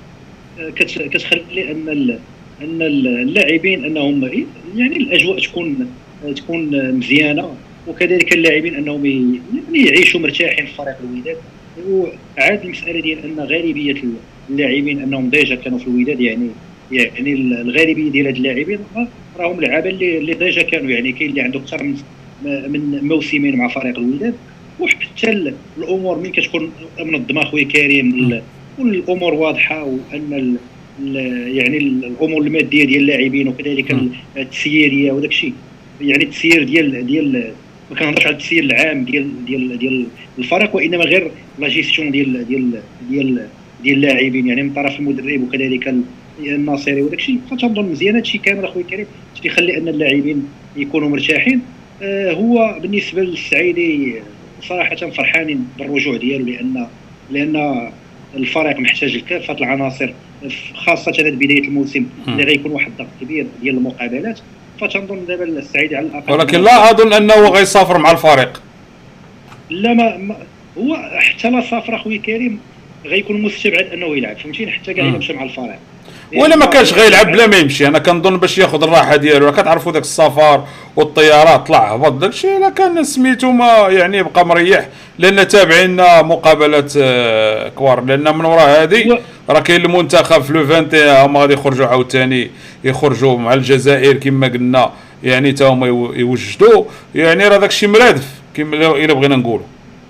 كتخلي ان اللاعبين انهم يعني الاجواء تكون مزيانه، وكذلك اللاعبين انهم يعني يعيشوا مرتاحين في فريق الوداد. وعاد المساله ديال ان غالبيه اللاعبين انهم ديجا كانوا في الوداد، يعني الغالبيه ديال هاد اللاعبين راهم لعابه اللي ديجا كانوا، يعني كاين اللي عنده اكثر من موسمين مع فريق الوداد. وحتى الامور من كتكون منظمه خويا كريم والامور واضحه، وان يعني الامور الماديه ديال اللاعبين وكذلك التسييريه وداك الشيء، يعني التسيير ديال ما كنهضرش على التسيير العام ديال الفريق، وانما غير لا جيستيون ديال اللاعبين، يعني من طرف المدرب وكذلك الناصري وداك الشيء. فتنظن مزيان هادشي كامل اخويا كريم، تيخلي ان اللاعبين يكونوا مرتاحين. هو بالنسبه للسعيدي صراحه فرحانين بالرجوع ديالو، لان الفريق محتاج لكافه العناصر، خاصه هذه بدايه الموسم اللي غيكون واحد الضغط كبير ديال المقابلات. فتنظن دابا السعيدي على الاقل، ولكن لا اظن انه غيسافر مع الفريق. لا ما هو حتى لا سافر اخويا كريم غيكون مستبعد انه يلعب، فهمتيني، حتى كاع يمشي مع الفريق. ولا ما كانش غيلعب بلا ما يمشي. انا كنظن باش ياخذ الراحه ديالو، كتعرفوا داك السفر والطيارات طلع هبط داك الشيء، الا كان سميتو ما يعني يبقى مريح، لان تابعينا مقابلات كوار. لان من وراء هذه راه كاين المنتخب في لو 21 هما غادي يخرجوا عاوتاني، يخرجوا مع الجزائر كما قلنا، يعني تا هما يوجدوا، يعني راه داك الشيء مرادف كما الا بغينا نقولوا.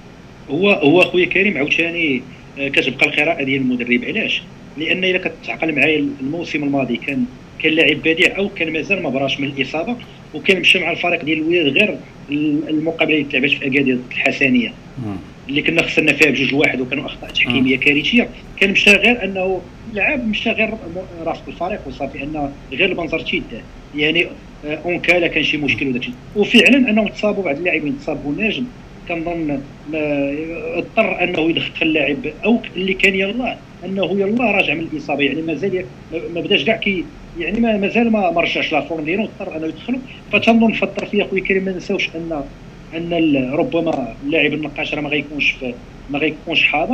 هو خويا كريم عاوتاني كتبقى القراءه ديال المدرب. علاش؟ لان الا كتعقل معايا الموسم الماضي كان لاعب بديع او كان مازال ما براش من الاصابه، وكان مشى مع الفريق ديال الوداد غير المقابله اللي تلعبات في اكادير الحسنيه. اللي كنا خسرنا فيها بجوج لواحد وكانوا اخطاء تحكيميه كارثيه، كان مشى غير انه لعب، مشى غير رافق الفريق وصافي، ان غير البنزر تيدار يعني اونكالا كان شي مشكل وداكشي. وفعلا انهم تصابوا بعض اللاعبين، تصابوا ناجم كنظن اضطر انه يدخل لاعب او اللي كان يلاه انه يلاه راجع من الاصابه، يعني مازال ما بداش كاع كي يعني مازال ما رجعش لا فورم ديالو، اضطر انه يدخلوا. فتنظن في الطرفيه خويا كريم ما نساوش ان ربما اللاعب النقاش راه ما غيكونش حاضر،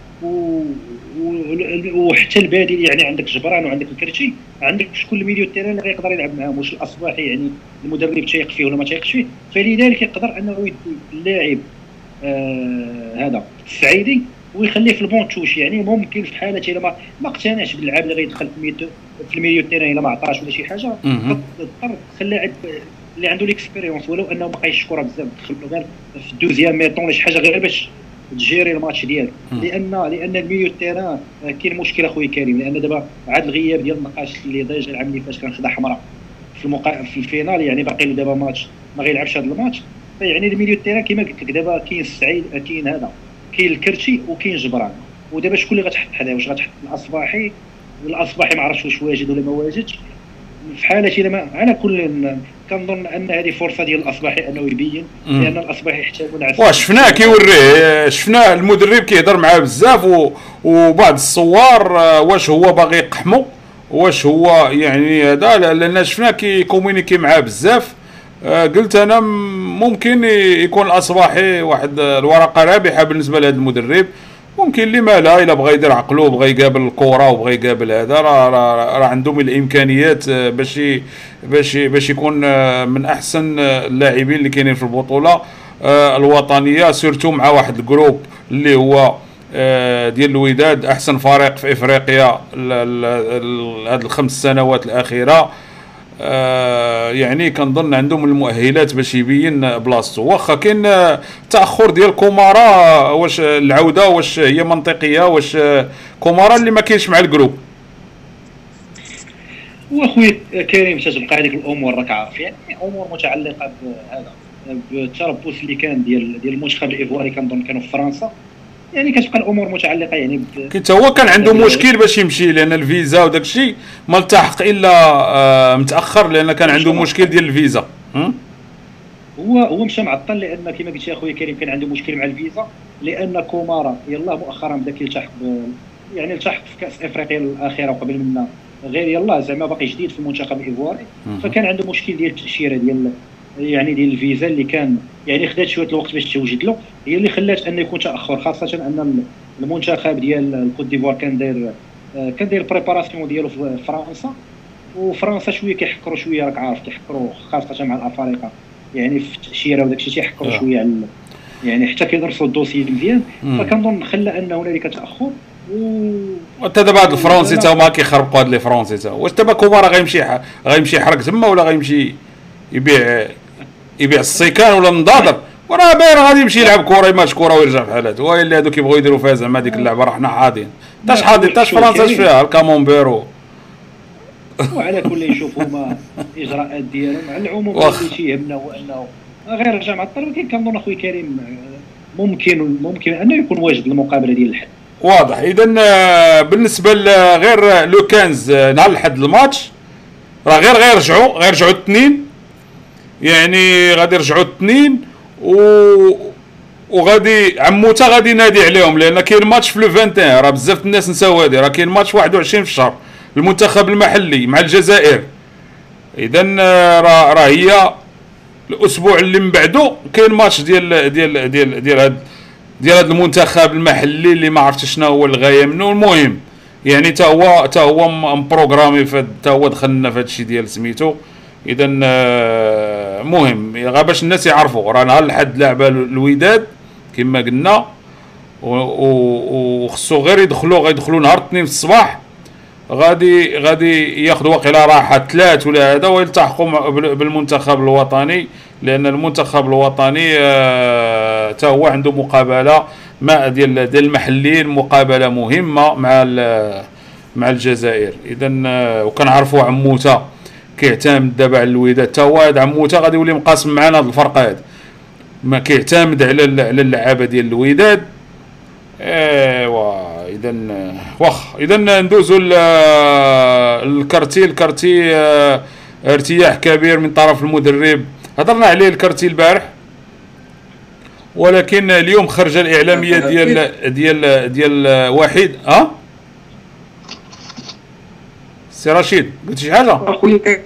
وحتى البديل يعني عندك جبران وعندك الكرتي، عندك شكون الميليو تيران اللي غيقدر يلعب معاهم، واش الاصباحي يعني المدرب تيق فيه ولا ما تيقش فيه. فلذلك يقدر انه يدي اللاعب هذا السعيدي ويخليه في البون توش، يعني ممكن في حاله الا ما اقتنعش باللعاب اللي غيدخل في الميليو تيران الا ما عطاش ولا شي حاجه، تضطر تخلي لاعب اللي عنده ليكسبيريونس ولو انه ما بقايش الكره بزاف، دخل له غير في الدوزيام ميطون ولا شي حاجه غير باش تجيري الماتش ديالك. لان الميليو تيران كاين مشكله خويا كريم، لان دابا عاد الغياب ديال النقاش اللي ديجا العام اللي فات كان خدا حمراء في الفينال، يعني باقي له دابا ماتش ما غيلعبش هذا الماتش. فيعني الميليو تيران كما قلت لك دابا كاين السعيد، كاين هذا، كاين الكرتي وكاين جبران. ودابا شكون اللي غتحط حداه؟ واش غتحط الاصباحي؟ ما عرفتش واش واجد ولا ما واجدش. في حاله الى ما على كل كنظن ان هذه فرصه ديال الاصباحي انه يبين، لان الاصباحي حتى هو شفناه كيوريه، شفناه المدرب كيهضر معاه بزاف وبعض الصور واش هو باغي يقحمو، واش هو يعني هذا، لان شفناه كيكومونيكي معاه بزاف. قلت انا ممكن يكون الاصباحي واحد الورقه رابحه بالنسبه لهذا المدرب، ممكن لما لا، الا بغى يدير عقلو، بغى يقابل الكره وبغى يقابل هذا، راه عندهم الامكانيات باش يكون من احسن اللاعبين اللي كاينين في البطوله الوطنيه، سيرتو مع واحد الجروب اللي هو ديال الوداد، احسن فريق في افريقيا هاد الخمس سنوات الاخيره. يعني كنظن عندهم المؤهلات باش يبين بلاصتو. واخا كاين تاخر ديال كومارا، واش العوده واش هي منطقيه؟ واش كومارا اللي ما كاينش مع الجروب؟ واخويا كريم تتبقى هذيك الامور راك عارف، يعني امور متعلقه بهذا بالتربص اللي كان ديال المنتخب الايفواري، كنظن كانوا في فرنسا، يعني كتبقى الامور متعلقه يعني حتى هو كان عنده مشكل باش يمشي، لان الفيزا وداك الشيء ما التحق الا متاخر، لان كان عنده مشكل ديال الفيزا. هو مشى معطل، لان كما قلت يا اخويا كريم كان عنده مشكل مع الفيزا، لان كومارا يلاه مؤخرا بدا كيلتحق يعني التحق في كاس افريقيا الاخيره وقبل منها غير يلاه زعما باقي جديد في المنتخب الايفواري، فكان عنده مشكل ديال التاشيره ديال الفيزا اللي كان يعني خدات شويه الوقت باش توجد له، هي اللي خلات انه يكون تاخر، خاصه ان المنتخب ديال الكوت ديفوار كان داير بريباراسيون ديالو في فرنسا، وفرنسا شويه كيحكروا شويه، راك عارف كيحكروا خاصه مع الافارقه، يعني في التاشيره وداك الشيء تيحكروا شويه على يعني حتى كيدرسوا الدوسي مزيان. فكنظن خلى ان هنالك تاخر. وانت دابا هاد الفرونسي تا هما كيخربقوا هاد لي فرونسي تا، واش دابا كومارا غيمشي يحرق تما، ولا غيمشي يبيع السيكان ولا النضاضر؟ وراه باين غادي يمشي يلعب كره، ماتش كره ويرجع بحال هذا. هو اللي هادو كيبغيو يديروا فيها زعما ديك اللعبه، راه حنا حاضين تاش فرنسا فيها الكامونبيرو. وعلى كل يشوفوا هما الاجراءات ديالهم. على العموم اللي تيهمنا هو انه غير رجع معطل، ولكن كنظن اخويا كريم ممكن انه يكون واجد المقابله ديال الحد. واضح. اذا بالنسبه غير لو 15 نهار الحد الماتش راه غير يرجعوا الاثنين، يعني غادي يرجعوا الاثنين وغادي عموته غادي ينادي عليهم، لان كاين ماتش في لو 21. راه بزاف الناس نساو هذه، راه كاين ماتش 21 في الشهر المنتخب المحلي مع الجزائر. اذا راه هي الاسبوع اللي من بعده كاين ماتش ديال هذا المنتخب المحلي اللي ما عرفتش شنو هو الغايه منه. المهم يعني تا هو مبروغرامي، تا هو دخلنا في هذا الشيء ديال سميتو. اذا مهم باش الناس يعرفوا راه نهار الحد لعبه الوداد كما قلنا، وخصو غير غيدخلوا نهار الاثنين في الصباح، غادي ياخذوا واقيلا راحه 3 ولا هذا، ويلتحقوا بالمنتخب الوطني، لان المنتخب الوطني تا هو عنده مقابله مع ديال المحليين، مقابله مهمه مع الجزائر. اذا وكنعرفوا عموته كيعتمد دابا على الوداد، تا هو عموته غادي يولي مقاسم معنا هذا الفرق هذا. ما كيعتمد على اللعابه ديال الوداد. ايوا اذا اذا ندوزو الكارتي ارتياح كبير من طرف المدرب، هضرنا عليه الكارتي البارح، ولكن اليوم خرج الاعلاميه ديال وحيد. سي رشيد قلت شي حاجه؟ اخويا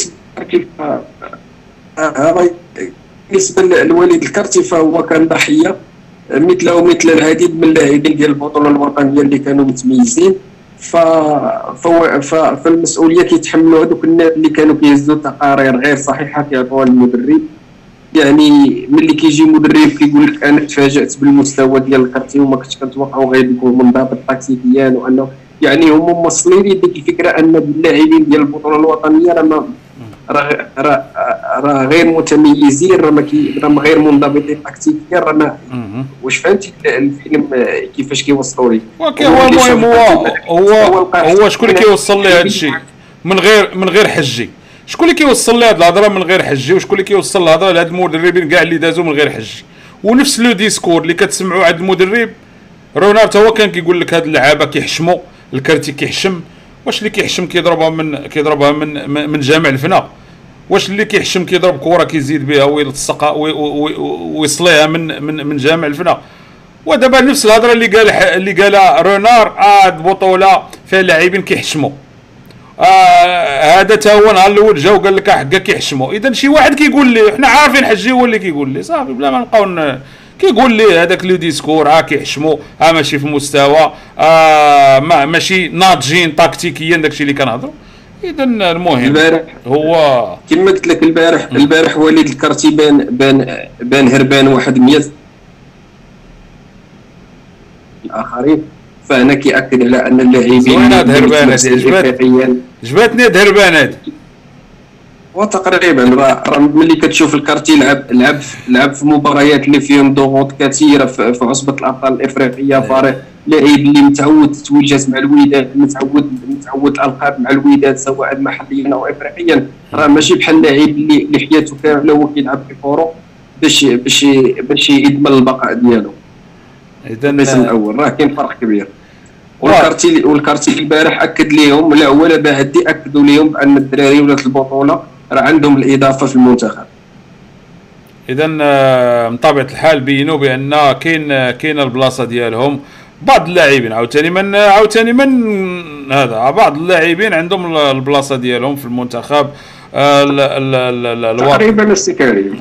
بالنسبه للوليد الكارتي فهو كان ضحيه مثله ومثل العديد من اللاعبين ديال البطوله الوطنيه اللي كانوا متميزين. فالمسؤوليه كيتحملوا هذوك الناس اللي كانوا كيهزوا تقارير غير صحيحه كيعطوها للمدرب. يعني ملي كيجي مدرب كيقول لك انا تفاجات بالمستوى ديال الكارتي وما كنتش كنتوقعوا غير يكون منضبط تكتيكيا، وانه يعني هما موصلين ديك الفكره ان اللاعبين ديال البطوله الوطنيه راه غير متميزين، راه غير منضبطين تكتيكيا. راه واش فهمتي الفيلم كيفاش كيوصلوا لي؟ هو المهم هو شكون اللي كيوصل لي هذا الشيء من غير حجي؟ شكون اللي كيوصل لي هذه الهضره من غير حجي؟ وشكون اللي كيوصل الهضره لهاد المدربين كاع اللي دازوا من غير حجي؟ ونفس لو ديسكور اللي كتسمعوا عند المدرب رونالد هو كان كيقول لك هاد اللعابه كيحشموا، الكارتي كيحشم. واش اللي كيحشم كيضربها من جامع الفنا؟ واش اللي كيحشم كيضرب كره كيزيد بها ويلصقها ويصليها من جامع الفنا؟ ودابا نفس الهضره اللي قالها رونار، بطوله فيها لاعبين كيحشموا. هذا تا هو نهار الاول جا وقال لك حقا كيحشموا. اذا شي واحد كيقول لي حنا عارفين حجي هو اللي كيقول لي صافي بلا ما نبقاو كيقول لي هذاك لو ديسكور كيحشموا، ماشي في مستوى، ماشي ناضجين تكتيكيا، داكشي اللي كنهضروا. اذا المهم البارح هو كما قلت لك البارح وليد الكارتي بان هربان واحد 100 الاخرين. فانا كيأكد على ان اللاعبين جباتني هاد هربان هادي. وتقريبا راه ملي كتشوف الكارتي لعب في مباريات اللي فيهم ضغوط كثيره في عصبه الابطال الافريقيه، فريق لاعب اللي متعود تتويجات مع الوداد، متعود القاب مع الوداد سواء محليا او افريقيا. راه ماشي بحال اللاعب اللي حياته كامله هو كيلعب في الكورو باش يضمن البقاء ديالو. اذا القسم الاول راه كاين فرق كبير. والكارتي البارح اكد ليهم، لا ولا بعدي اكدوا ليهم بان الدراري ولات البطوله راه عندهم الاضافه في المنتخب. اذا من طبيعه الحال بينوا بان كاين البلاصه ديالهم. بعض اللاعبين عاوتاني من هذا بعض اللاعبين عندهم البلاصه ديالهم في المنتخب. تقريبا السكري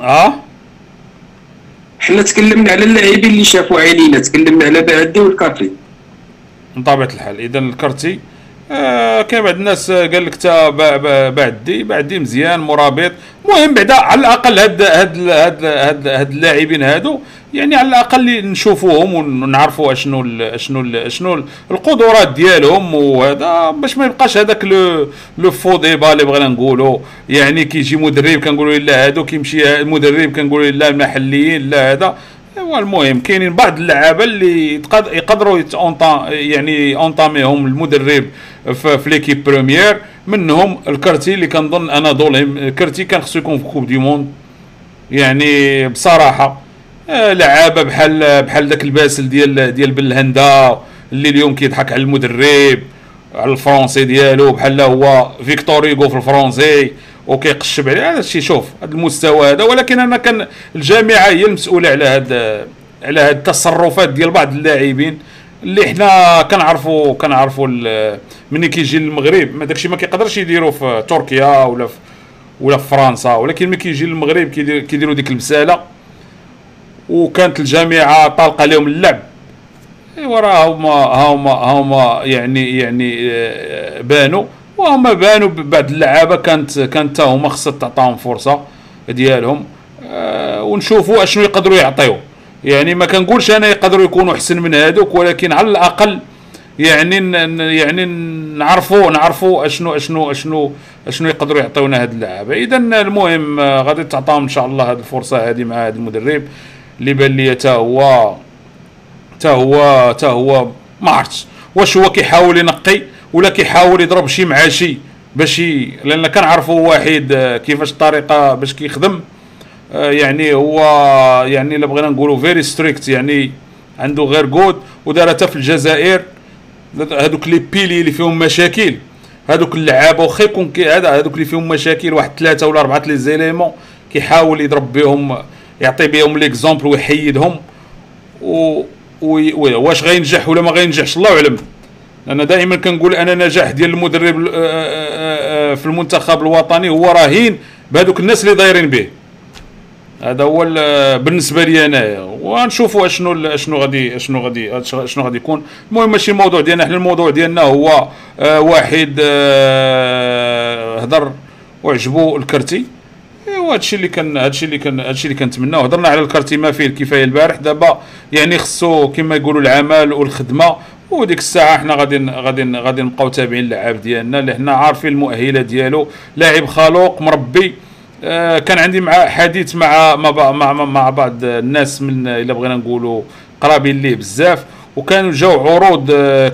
حنا تكلمنا على اللاعبين اللي شافوا عينينا، تكلمنا على بعدي والكارتي من طبيعه الحال. اذا الكارتي كاين بعض الناس قال لك تا بعدي مزيان مرابط. المهم بعدا على الاقل هاد اللاعبين هادو يعني على الاقل نشوفوهم ونعرفوا شنو القدرات ديالهم، وهذا باش ما يبقاش هذاك لو فو ديبا اللي بغينا نقولوا. يعني كيجي مدرب كنقولوا لا هادو، كيمشي مدرب كنقولوا لا المحليين لا هذا. المهم كاينين بعض اللعابه اللي يقدروا يعني اونطاميهم المدرب في ليكيب بريمير، منهم الكارتي اللي كنظن انا ظلم. الكارتي كان خصو يكون في كوب دي موند يعني بصراحه. لعابه بحال داك الباسل ديال بالهندا اللي اليوم كيضحك على المدرب على الفرونسي ديالو، بحال هو فيكتور هيغو في الفرونسي وكيقشب عليه. هذا الشيء شوف هذا المستوى هذا. ولكن انا كان الجامعه هي المسؤوله على هاد التصرفات ديال بعض اللاعبين اللي حنا كنعرفوا ملي كيجي للمغرب. ما داكشي ما كيقدرش يديروا في تركيا ولا في فرنسا، ولكن ملي كيجي للمغرب كيديروا ديك المساله. وكانت الجامعه طالقه لهم اللعب. ايوا راه هما يعني بانوا بعض اللعابه كانت هما خصها تعطاهم فرصه ديالهم. ونشوفوا اشنو يقدروا يعطيو. يعني ما كنقولش انا يقدروا يكونوا احسن من هذوك، ولكن على الاقل يعني نعرفوا اشنو يقدروا يعطيونا هاد اللعابه. اذا المهم غادي تعطاهم ان شاء الله هاد الفرصه هذه مع هذا المدرب اللي بان لي تا هو ما عرفتش واش هو كيحاول ينقي ولا كيحاول يضرب شي مع شي باش لان كنعرفوا واحد كيفاش الطريقه باش كيخدم. يعني هو يعني الا بغينا نقولوا فيري ستريكت، يعني عنده غير كود ودارتها في الجزائر. هذوك لي بيلي اللي فيهم مشاكل، هذوك اللعابه واخا يكون هذوك اللي فيهم مشاكل واحد 3 ولا 4 لي زيليمون كيحاول يضرب بهم، يعطي بهم ليكزامبل ويحيدهم. واش غينجح ولا ما غينجحش الله اعلم. انا دائما كنقول ان نجاح ديال المدرب في المنتخب الوطني هو رهين بهذوك الناس اللي دايرين به. هذا هو بالنسبه لي انايا، ونشوفوا شنو غادي يكون. المهم ماشي الموضوع ديالنا حنا، الموضوع ديالنا هو واحد هضر وعجبو الكرتي، وهادشي اللي كنتمناو. هضرنا على الكرتي ما فيه الكفايه البارح، دابا يعني خصو كما يقولوا العمل والخدمه، وديك الساعه حنا غادي نبقاو تابعين اللعاب ديالنا اللي حنا عارفين المؤهلات ديالو. لاعب خلوق مربي. كان عندي حديث مع بعض الناس من الا بغينا نقولوا قرابين ليه بزاف، وكانوا جاو عروض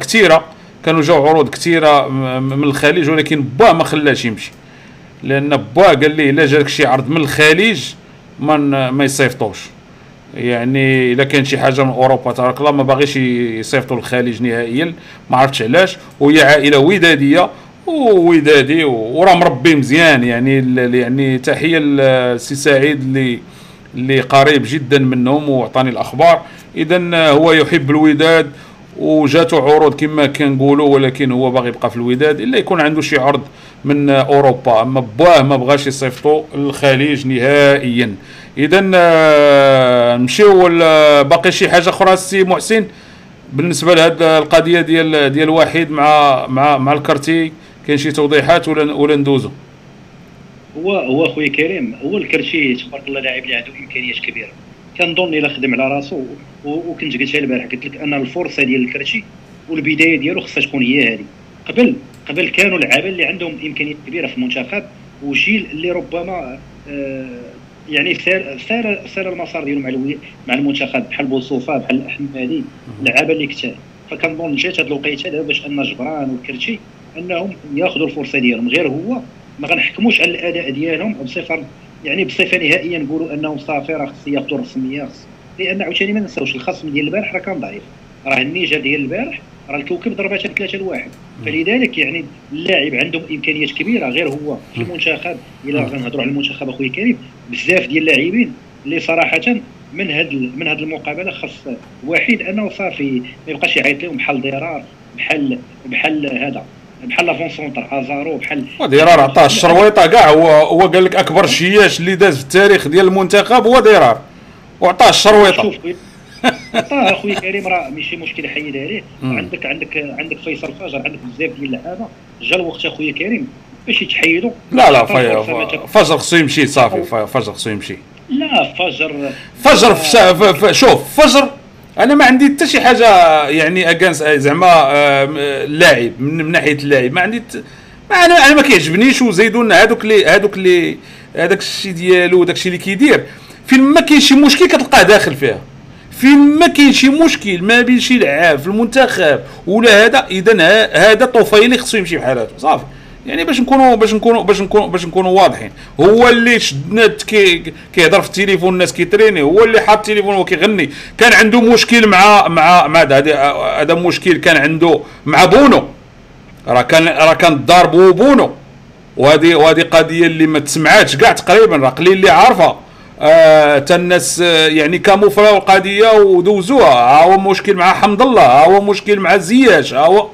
كثيره من الخليج، ولكن باه ما خلاش يمشي، لان باه قال لي الا جاك شي عرض من الخليج ما يصيفطوش. يعني الا كان شي حاجه من اوروبا تبارك الله ما باغيش يصيفطوا الخليج نهائيا، ما عرفتش علاش. وهي عائله وداديه وودادي وراه مربي مزيان، يعني تحيه للسي سعيد اللي قريب جدا منهم وعطاني الاخبار. اذا هو يحب الوداد وجاته عروض كما كنقولوا، ولكن هو باغي يبقى في الوداد الا يكون عنده شي عرض من اوروبا. اما باه ما بغاش يصيفطوا الخليج نهائيا. اذا نمشيو باقي شي حاجه اخرى السي محسن بالنسبه لهذه القضيه ديال واحد مع الكرتي؟ كاين شي توضيحات ولا ندوزو؟ هو خويا كريم، هو الكرتي تبارك الله لاعب اللي عنده امكانيات كبيره، كنظن الا خدم على راسو. وكنت قلتها البارح، قلت لك ان الفرصه ديال الكرتي والبدايه ديالو خصها تكون هي هذه. قبل كانوا لعابه اللي عندهم امكانيات كبيره في المنتخب، وجيل اللي ربما يعني سار المسار ديالو مع المنتخب، بحال بوصوفه بحال احمد هادي، اللعابه اللي كتار. فكنظن جات هذه الوقيته دابا باش ان جبران والكرتي انهم ياخذوا الفرصه ديالهم. غير هو ما غنحكموش على الاداء ديالهم بصفه نهائيه نقولوا انهم صافي راه خص ياخذوا الرسميه، لان عاوتاني ما نساوش الخصم ديال البارح راه كان ضعيف. راه النيجا ديال البارح راه الكوكب ضربتها 3-1، فلذلك يعني اللاعب عندهم امكانيات كبيره. غير هو في المنتخب، الا غنهضروا على المنتخب اخويا كريم، بزاف ديال اللاعبين اللي صراحه من هذه المقابله خاص واحد انه صافي ما يبقاش يعيط لهم، بحال ضرار، بحال لافون سونتر ازارو، بحال ضرار عطاه الشرويطه كاع. هو قال لك اكبر شياش اللي داز في التاريخ ديال المنتخب هو ضرار، وعطاه الشرويطه. عطاه اخويا كريم، راه ماشي مشكل حيدها عليه. عندك فيصل فجر، عندك بزاف ديال اللعابه. جا الوقت اخويا كريم باش يتحيدوا. لا فجر خصو يمشي صافي، فجر خصو يمشي. لا فجر شوف فجر انا ما عندي حتى شي حاجه يعني اجانس زعما اللاعب من ناحيه اللاعب، ما عندي انا ما كيعجبنيش. وزيدون هذاك الشيء ديالو، داك الشيء اللي كيدير فين ما كاين شي مشكل كتلقاه داخل فيها. فين ما كاين شي مشكل ما بين شي لعاب في المنتخب ولا هذا، اذا هذا طفيلي خصو يمشي بحالاته صافي. يعني باش نكونوا واضحين. هو اللي شدنا كيهضر في التليفون، الناس كيتريني، هو اللي حاط التليفون وكيغني. كان عنده مشكل مع هذا مشكل كان عنده مع بونو، راه كان ضاربو بونو، وهذه قضيه اللي ما تسمعاتش كاع تقريبا، راه قليل اللي عارفه. تا الناس يعني كاموفلاو القضيه ودوزوها. ها هو مشكل مع حمد الله، ها هو مشكل مع زياش، ها هو.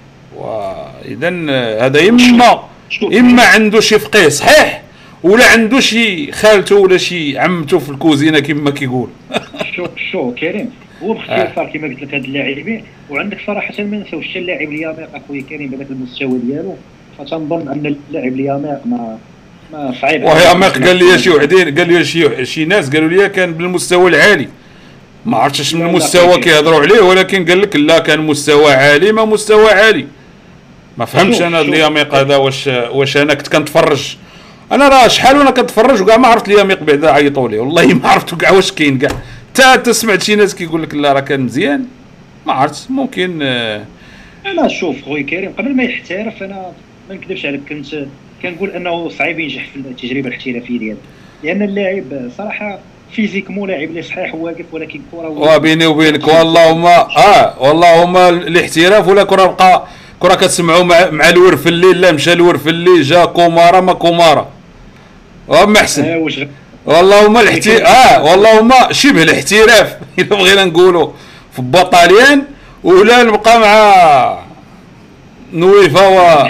اذا هذا اما عنده شي فقيه صحيح، ولا عنده شي خالته ولا شي عمته في الكوزينه كما كيقول. شو كريم، هو باختصار كما قلت لك هاد اللاعبين. وعندك صراحه ما نساوش حتى اللاعب الياميق اخويا كريم بهذاك المستوى ديالو. فتنظن ان اللاعب الياميق ما صعيب. وياميق قال لي شي وحدين، قال لي شي ناس قالوا لي كان بالمستوى العالي، ما عرفتش من المستوى كيهضروا عليه، ولكن قال لك لا كان مستوى عالي، ما مستوى عالي. ما فهمتش انا الياميق هذا. واش انا كنت كنتفرج، انا راه شحال وانا كنتفرج وكاع ما عرفت الياميق بعدا عيطوا لي، والله ما عرفت كاع واش كاين كاع. حتى سمعت شي ناس كيقول لك لا راه كان مزيان، ما عرفت ممكن. انا شوف خويا كريم، قبل ما يحترف انا ما نكذبش عليك كنت كنقول انه صعيب ينجح في التجربه الاحترافيه ديالو. لان اللاعب صراحه فيزيكمون لاعب اللي صحيح واقف، ولكن كره وبيني وبينك واللهم الاحتراف ولا كره بقى كره كتسمعوا مع الورفلي، لا مشى الورفلي جا كومارا ما كومارا محسن واللهم واللهم شبه الاحتراف الا بغينا نقولوا في البطاليان، ولا نبقى مع نويفا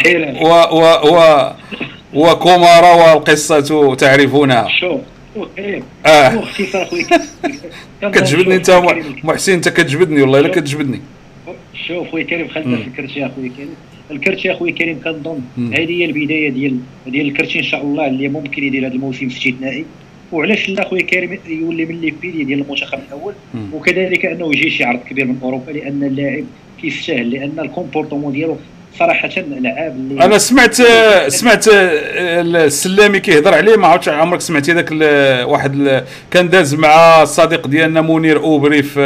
وكومارا والقصة تعرفونها. شوف اختصار خويا كتجبدني انت محسن، انت كتجبدني والله الا كتجبدني. شوف خويا كريم، خلينا في الكرت يا خويا كريم. الكرت يا خويا كريم كنظن هذه هي البدايه ديال الكرت ان شاء الله اللي ممكن يدير هذا الموسم استثنائي. وعلاش لا خويا كريم يولي من ليبيدي ديال المنتخب الاول، وكذلك انه يجي شي عرض كبير من اوروبا، لان اللاعب كيستاهل، لان الكومبورتمون ديالو صراحه لعاب اللي انا سمعت السلامي كيهضر عليه، ما عرفتش عمرك سمعتي هذاك واحد كان داز مع الصديق ديالنا منير اوبري في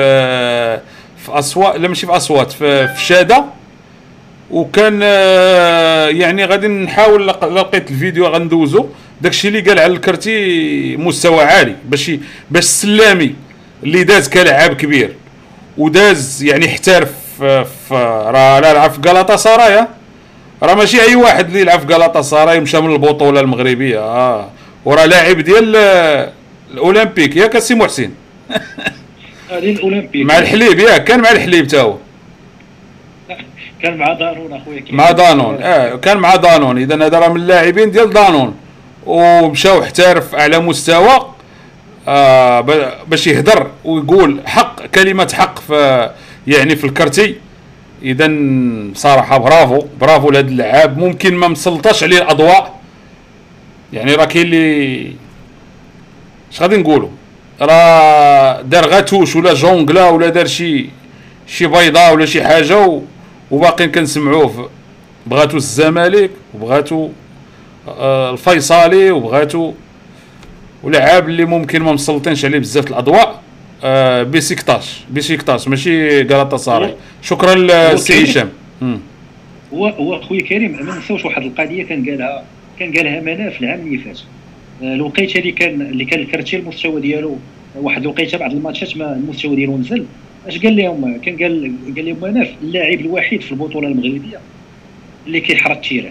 اصوات، لا ماشي في اصوات، في شاده، وكان يعني غادي نحاول لقيت الفيديو غندوزو داكشي اللي قال على الكرتي مستوى عالي، باش السلامي اللي داز كلاعب كبير وداز يعني احترف راه لعب في غالاطا سرايا، راه ماشي اي واحد اللي يلعب في غالاطا سرايا مشى من البطوله المغربيه، وراه لاعب ديال الاولمبيك ياك السي محسن؟ هذه الاولمبيك مع الحليب، ياك كان مع الحليب تا هو، كان مع دانون اخويا مع دانون، كان مع دانون. اذا هذا راه من اللاعبين ديال دانون، ومشاو احترف على مستوى باش يهدر ويقول حق كلمه حق في يعني في الكرتي. اذا بصراحه برافو لهذا اللعاب، ممكن ما مسلطاش عليه الاضواء، يعني راه كاين اللي اش غادي نقولوا، راه دار غاتوش ولا جونغلا ولا دار شي بيضاء ولا شي حاجه، وباقيين كنسمعوه بغاتو الزمالك وبغاتو الفيصلي وبغاتو ولعاب اللي ممكن ما مسلطينش عليه بزاف الاضواء. بيسيكتاش ماشي غالاطا سراي. شكرا للسي هشام. هو خويا كريم، ما نساوش واحد القضيه كان قالها مناف العام اللي فات، الوقيته اللي كان الكرتي المستوى ديالو واحد الوقيته بعض الماتشات ما المستوى ديالو نزل، اش قال لهم؟ قال لهم مناف اللاعب الوحيد في البطوله المغربيه اللي كيحرق التيران.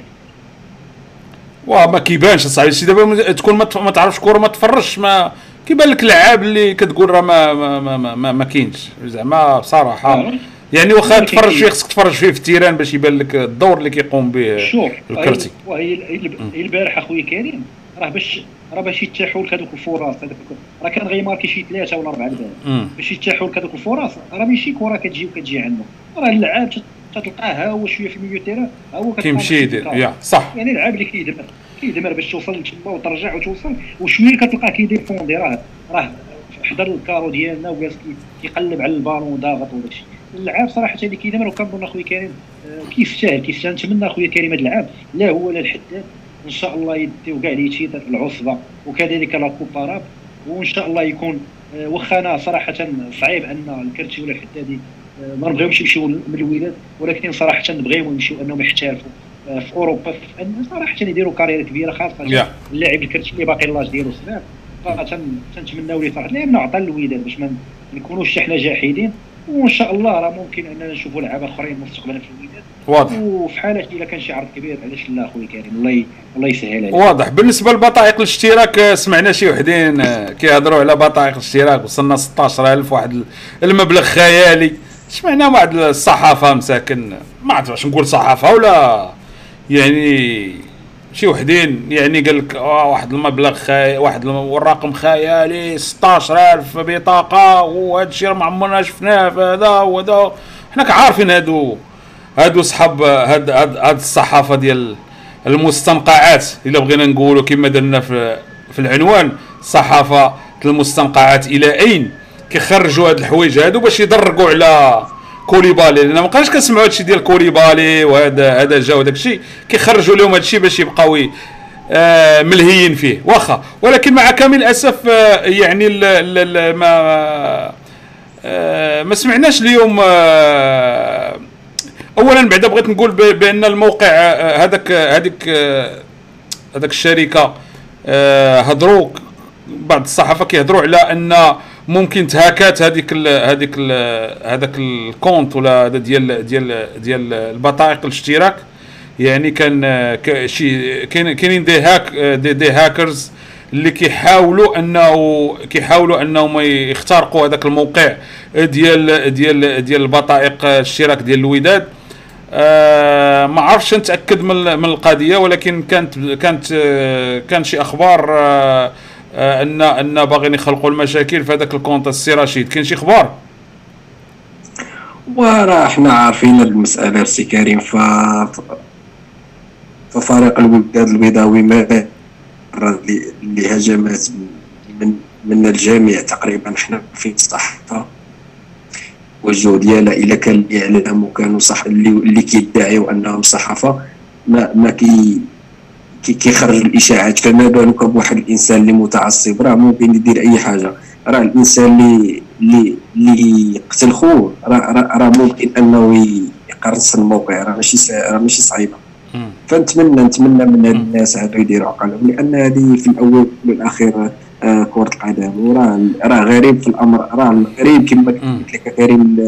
ما كيبانش صاحبي، شي دابا تكون ما تعرفش كره ما تفرجش، ما كيبان لك اللعاب اللي كتقول راه ما كاينش زعما بصراحه. يعني واخا تفرج فيه خصك تفرج فيه في التيران باش يبان لك الدور اللي كيقوم به الكرتي. وهي البارح اخويا كريم راه باش يتاحوا لك هذوك الفرص، راه كان غيماركي شي 3 ولا 4 البارح باش يتاحوا لك هذوك الفرص، راه ماشي كره كتجي عنده، راه اللعاب تلقاه ها هو شويه في الميو تيران، ها هو كيمشي يدير صح، يعني اللعاب اللي كيدمر باش توصل لتما وترجع وتوصل، وشويه كتلقاه كيديفوندي، راه حضر الكارو ديالنا وجالس كيقلب على البالون وضاغط وداكشي. اللعاب صراحه اللي كيدمر، وكنظن اخويا كريم كيستاهل نتمنى اخويا كريم هذا اللعاب لا هو لا الحداد ان شاء الله يديو كاع لي تيتر العصبه وكذلك لا كوباراب، وان شاء الله يكون واخا انا صراحه صعيب ان الكرتي ولا الحدادي ما نبغيوش يمشيو من الوداد، ولكن صراحه نبغيو يمشيو انهم يحترفوا في اوروبا، صراحه يديروا كارير كبيره، خاصه اللاعب الكرتي اللي باقي اللاج ديالو صغير. تنتمناو ليه صراحه لانه عطى الوداد باش ما نكونوش حنا جاحدين، وان شاء الله راه ممكن اننا نشوفوا لعابه اخرين مستقبلا في الوداد. واضح. وفي حاله الا كان شي عرض كبير علاش لا اخويا كريم، الله يسهل عليك. واضح. بالنسبه لبطائق الاشتراك سمعنا شي وحدين كيهضروا على بطائق الاشتراك، وصلنا 16000 واحد المبلغ خيالي. سمعنا واحد الصحافه مساكن، ما عرفتش واش نقول صحافه ولا يعني شي وحدين، يعني قال لك واحد المبلغ واحد الرقم خيالي 16000 بطاقه، وهذا الشيء ما عمرنا شفناه في هذا وهذا. حنا كعارفين هادو صحاب هاد الصحافه ديال المستنقعات، الا بغينا نقولوا كما درنا في العنوان، صحافه المستنقعات الى اين كيخرجوا هاد الحوايج هادو باش يضرقوا على كوليبالي، لان ما بقاش كنسمعوا هادشي ديال كوليبالي وهذا جا وداك الشيء، كيخرجوا لهم هادشي باش يبقاو ملهيين فيه واخا. ولكن مع كامل الاسف يعني ما سمعناش اليوم. اولا بعدا بغيت نقول بان الموقع هذيك الشركه هضروا بعض الصحافه كيهضروا على ان ممكن تهاكات هذاك الكونت ولا هذا ديال البطائق الاشتراك. يعني كان كاينين دي هاكرز اللي كيحاولوا انهم يخترقوا هذاك الموقع ديال البطائق الاشتراك ديال الوداد. ما عرفتش نتاكد من القضيه، ولكن كان شي اخبار ان باغيين يخلقوا المشاكل في هذاك الكونت السي رشيد. كاين شي اخبار؟ وراه حنا عارفين المساله سي كريم. ففريق الوداد البيضاوي ما اللي هجمات من الجميع تقريبا. حنا في الصحافه والجهد ديالها الا كان الاعلام وكانوا صح اللي كيدعيوا انهم صحافه ما كيخرج الاشاعات، فما بالك بواحد الانسان اللي متعصب راه ممكن يدير اي حاجه. راه الانسان اللي يقتل خوه راه ممكن انه يقرص الموقع، راه ماشي صعيبه. فنتمنى من الناس هادو يديروا عقلهم، لان هذه في الاول والاخير كرة القدم. وراه غريب في الامر، راه غريب كما قلت لك كريم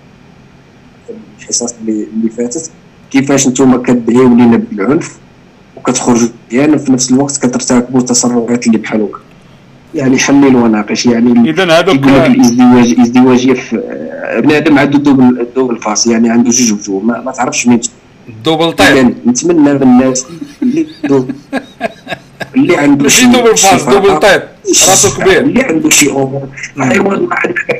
الحصص اللي فاتت، كيفاش نتوما كدعيو لينا بالعنف وكتخرجوا ديالنا في نفس الوقت كترتكبوا تصرفات اللي بحال هكا. يعني حلل وناقش. يعني اذا هذوك الازدواجيه في بنادم عنده دوبل فاس، يعني عنده جوج وجوه، ما تعرفش مين دوبل طيب. نتمنى من الناس اللي عنده شي دوبل فاس دوبل طيب راسو كبير، اللي عنده شي امور ايوا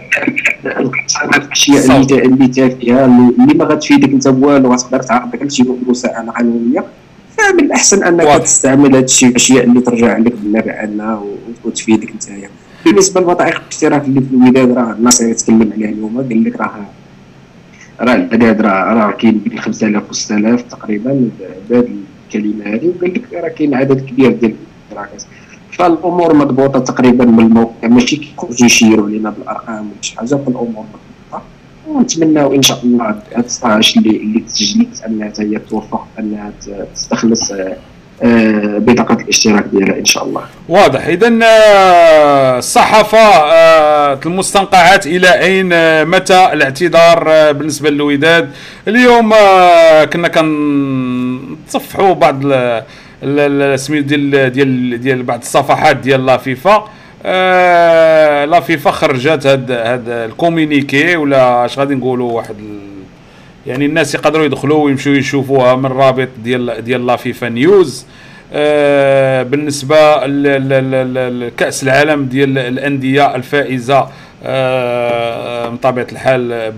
الاشياء اللي تافهه اللي ما غتفيدك انت بوالو، غتقدر تعرض لك لشي مساءله قانونيه. فمن الاحسن انك تستعمل هذا الشيء في اشياء اللي ترجع لك بالنفع عنها وتفيدك انت. بالنسبه للبطائق الاشتراك اللي في الوداد، راه الناس يتكلم عليها اليوم، قال لك راه العدد راه كاين بين 5000 و 6000 تقريبا بهذه الكلمه هذه، وقال لك راه كاين عدد كبير ديال الاشتراكات. فالامور مضبوطه تقريبا من الموقع، ماشي كيخرجوا يشيروا لنا بالارقام ولا شي حاجه. فالامور مضبوطه، ونتمناو ان شاء الله هاد 16 اللي تسجلت انها هي توفق انها تستخلص بطاقه الاشتراك ديالها ان شاء الله. واضح. اذا الصحافه المستنقعات الى اين؟ متى الاعتذار بالنسبه للوداد؟ اليوم كنا كنتصفحوا بعض السميت ديال بعض الصفحات ديال لا فيفا. لا فيفا خرجت هاد الكومونيكي، ولا اش غادي نقولوا واحد يعني الناس يقدروا يدخلوا ويمشوا يشوفوها من رابط ديال لا فيفا نيوز. بالنسبه لكاس العالم ديال الانديه الفائزه من طبيعه الحال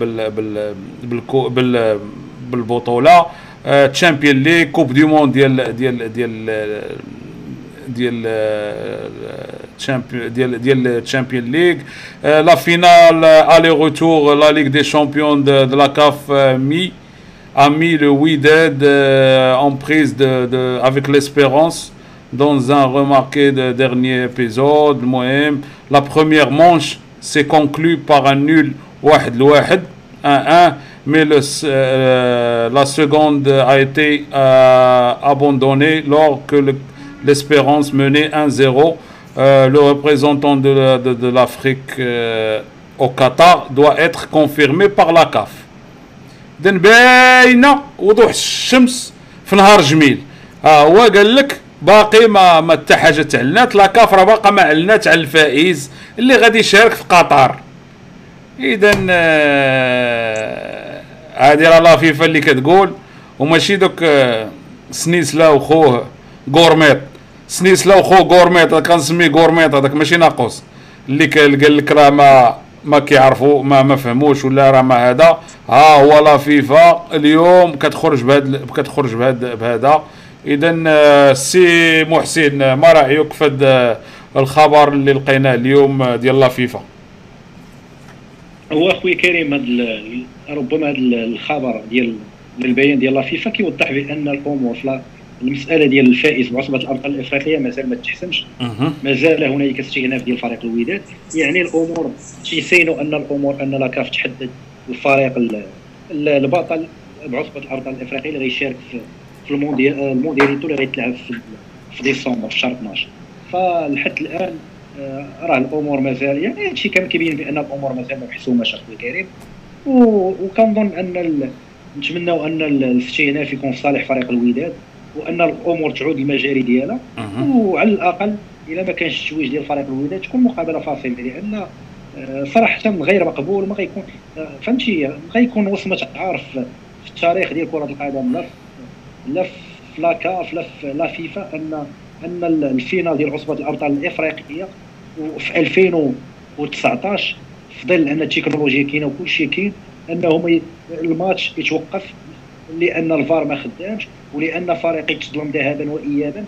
بالبطوله تشامبيون ليغ، كوب دي موند ديال تشامبيون ليغ، لا فينال الي روتور لا ليغ دي شامبيون de la CAF a mis le Wydad en prise avec l'espérance dans un remarqué de dernier épisode. المهم la première manche s'est conclue par un nul 1-1 mais la seconde a été abandonnée lors que l'Espérance menait 1-0. Le représentant de l'Afrique au Qatar doit être confirmé par la CAF. إذن باينه وضوح الشمس في نهار جميل. هو قال لك باقي ما حتى حاجه تعلنات، لا كاف راه باقا ما علنات على الفائز اللي غادي يشارك في قطر. اذا هذه راه لا فيفا اللي كتقول، وماشي دوك سنيسلا وخوه غورميط. سنيسلا وخوه غورميط كنسميه غورميط، هذاك ماشي ناقص اللي قال لك راه ما كيعرفوا ما فهموش ولا راه ما هذا. ها هو لا فيفا اليوم كتخرج بهذا. اذا سي محسن، ما رايك في هذا الخبر اللي لقيناه اليوم ديال لا فيفا؟ هو اخويا كريم ربما هذا الخبر ديال البيان ديال لا فيفا كيوضح بان الامور في المساله ديال الفائز بعصبه الابطال الافريقيه مازال ما تحسمش، مازال هنالك استئناف ديال فريق الوداد. يعني الامور تيسينوا ان الامور ان لا كاف تحدد الفريق البطل بعصبه الابطال الافريقيه اللي غيشارك في الموندياليتو اللي غيتلعب في ديسمبر في شهر 12. فلحد الان راه الامور مازال يعني هادشي كان كيبين بان الامور مازال ما محسوماش اخويا كريم. وكنظن ان نتمناو ان الاستئناف يكون في صالح فريق الوداد، وان الامور تعود للمجاري ديالها، وعلى الاقل الا ما كانش التتويج ديال فريق الوداد تكون مقابله فاصله، لان صراحه غير مقبول. ما غيكون فهمتي غيكون وصمه عار في التاريخ ديال كره القدم، لا في لا كاف لا في لا فيفا، ان الفينال ديال عصبه الابطال الافريقيه في 2019 في ظل ان التكنولوجيا كاينه وكل شيء كاين، انهم الماتش يتوقف لان الفار ما خدامش، ولان فريق يتظلم ذهابا وايابا،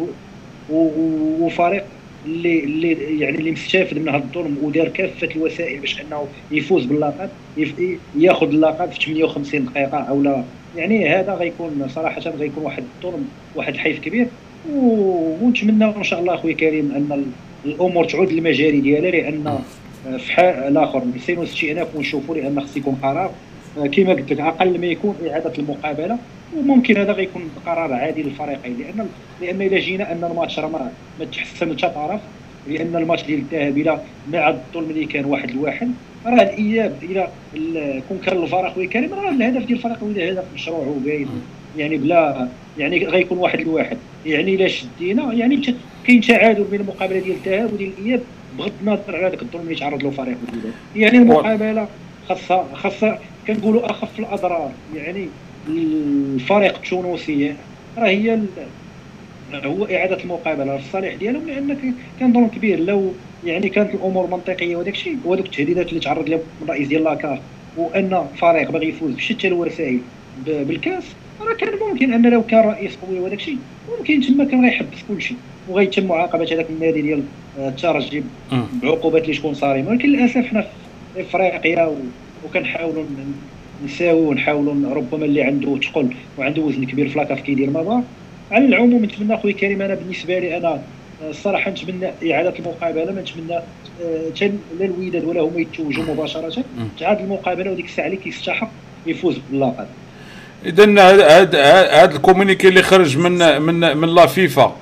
وفريق اللي يعني اللي مستافد من هذا الظلم ودار كافه الوسائل باش انه يفوز باللقب، ياخذ اللقب في 58 دقيقه او لا. يعني هذا غيكون صراحه غيكون واحد الظلم، واحد الحيف كبير. ونتمنى ان شاء الله اخويا كريم ان الامور تعود للمجاري ديالها، لان في حال اخر نسيو استئناف ونشوفوا، لان خص يكون قرار كما قلت لك اقل ما يكون اعاده المقابله، وممكن هذا غيكون قرار عادي للفريقين، لان الا جينا ان الماتش راه ما تحسن حتى طرف، لان الماتش ديال الذهاب الى مع الظلم اللي كان 1-1 راه الاياب الى كون كان الفار اخويا كريم راه الهدف ديال الفريق الوداد هدف مشروع وباين، يعني بلا يعني غيكون 1-1. يعني الا شدينا يعني كاين تعادل بين المقابله ديال الذهاب وديال الاياب بغض النظر على ذاك الظلم اللي تعرض له فريق الوداد. يعني المقابله خاصها كنقولوا اخف الاضرار. يعني الفريق التونسي راه هو اعاده المقابله في الصالح ديالهم، لان كان ظلم كبير. لو يعني كانت الامور منطقيه وداك الشيء وهذوك التهديدات اللي تعرض لهم الرئيس ديال لاكاف، وان فريق باغي يفوز بشتى الوسائل بالكاس، راه كان ممكن ان لو كان رئيس قوي وداك الشيء ممكن تما كان غيحبس كل شيء وغيتم معاقبه هذاك النادي ديال الترجي بعقوبات اللي تكون صارمه. ولكن للاسف حنا في افريقيا وكنحاولوا نساوي ونحاولوا ربما اللي عنده ثقل وعنده وزن كبير في لاكاف كيدير ما. على العموم نتمنى اخويا كريم، انا بالنسبه لي انا الصراحه نتمنى اعاده المقابله، ما نتمنى لا الوداد ولا هما يتوجوا مباشره، تعاد المقابله وديك الساعه اللي كيستحق يفوز باللقب. اذا هذا الكومونيكي اللي خرج من لا فيفا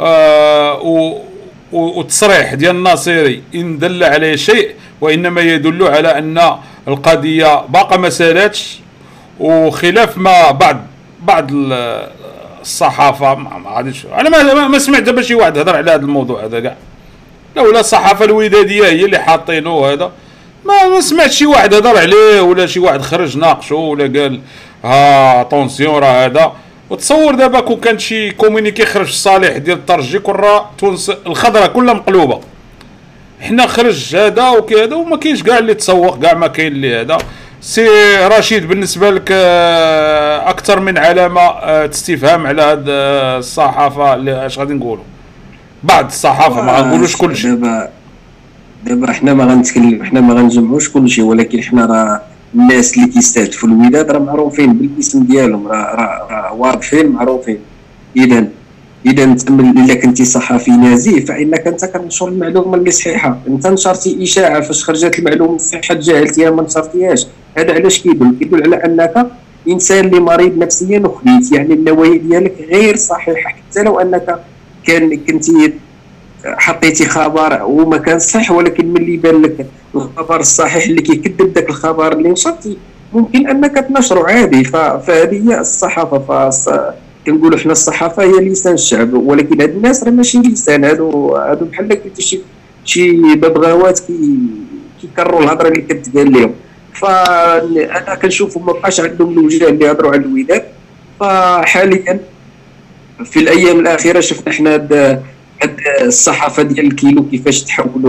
والتصريح ديال الناصيري ان دل عليه شيء وانما يدل على ان القضيه باقا ما سالاتش، وخلاف ما بعض الصحافه ما غاديش. انا ما سمعت دابا شي واحد هضر على هذا الموضوع هذا كاع، لولا الصحافه الوداديه هي اللي حاطينه هذا ما سمعت شي واحد هضر عليه، ولا شي واحد خرج ناقشه ولا قال طونسيون راه هذا. وتصور دابا كون كان شي كومونيكي خرج في الصالح ديال الترجي كون راه تونس الخضره كلها مقلوبه، حنا خرج هذا وكذا وما كاينش كاع اللي تسوق، كاع ما كاين اللي هذا. سي رشيد بالنسبه لك اكثر من علامه استفهام على هذه الصحافه اللي اش غادي نقولوا بعض الصحافه، ما غنقولوش كل شيء. دابا حنا ما غنتكلم، حنا ما غنجمعوش كل شيء، ولكن حنا راه الناس اللي كيستهدفوا الوداد راه معروفين بالاسم ديالهم، راه واضحين معروفين. اذا الا كنتي صحفي نازيه فانك انت كتنشر المعلومه اللي صحيحه. انت نشرتي اشاعه فاش خرجت المعلومه الصحيحه تجاهلتيها ما نشرتيهاش. هذا علاش كيدل على انك انسان اللي مريض نفسيا وخبيث، يعني النوايا ديالك غير صحيحه. حتى لو انك كنتي حطيتي خبر وما كان صح، ولكن ملي بان لك الخبر الصحيح اللي كيكذب ذاك الخبر اللي نشرتي ممكن انك تنشره عادي. فهذه هي الصحافه. كنقولوا حنا الصحافه هي لسان الشعب، ولكن هاد الناس راه ماشي لسان، هادو بحال قلتي شي ببغاوات كيكرروا الهضره اللي كتقال لهم. فانا كنشوفوا ما بقاش عندهم الوجه اللي يهضروا على الوداد. فحاليا في الايام الاخيره شفنا حنا هاد الصحافه ديال الكيلو كيفاش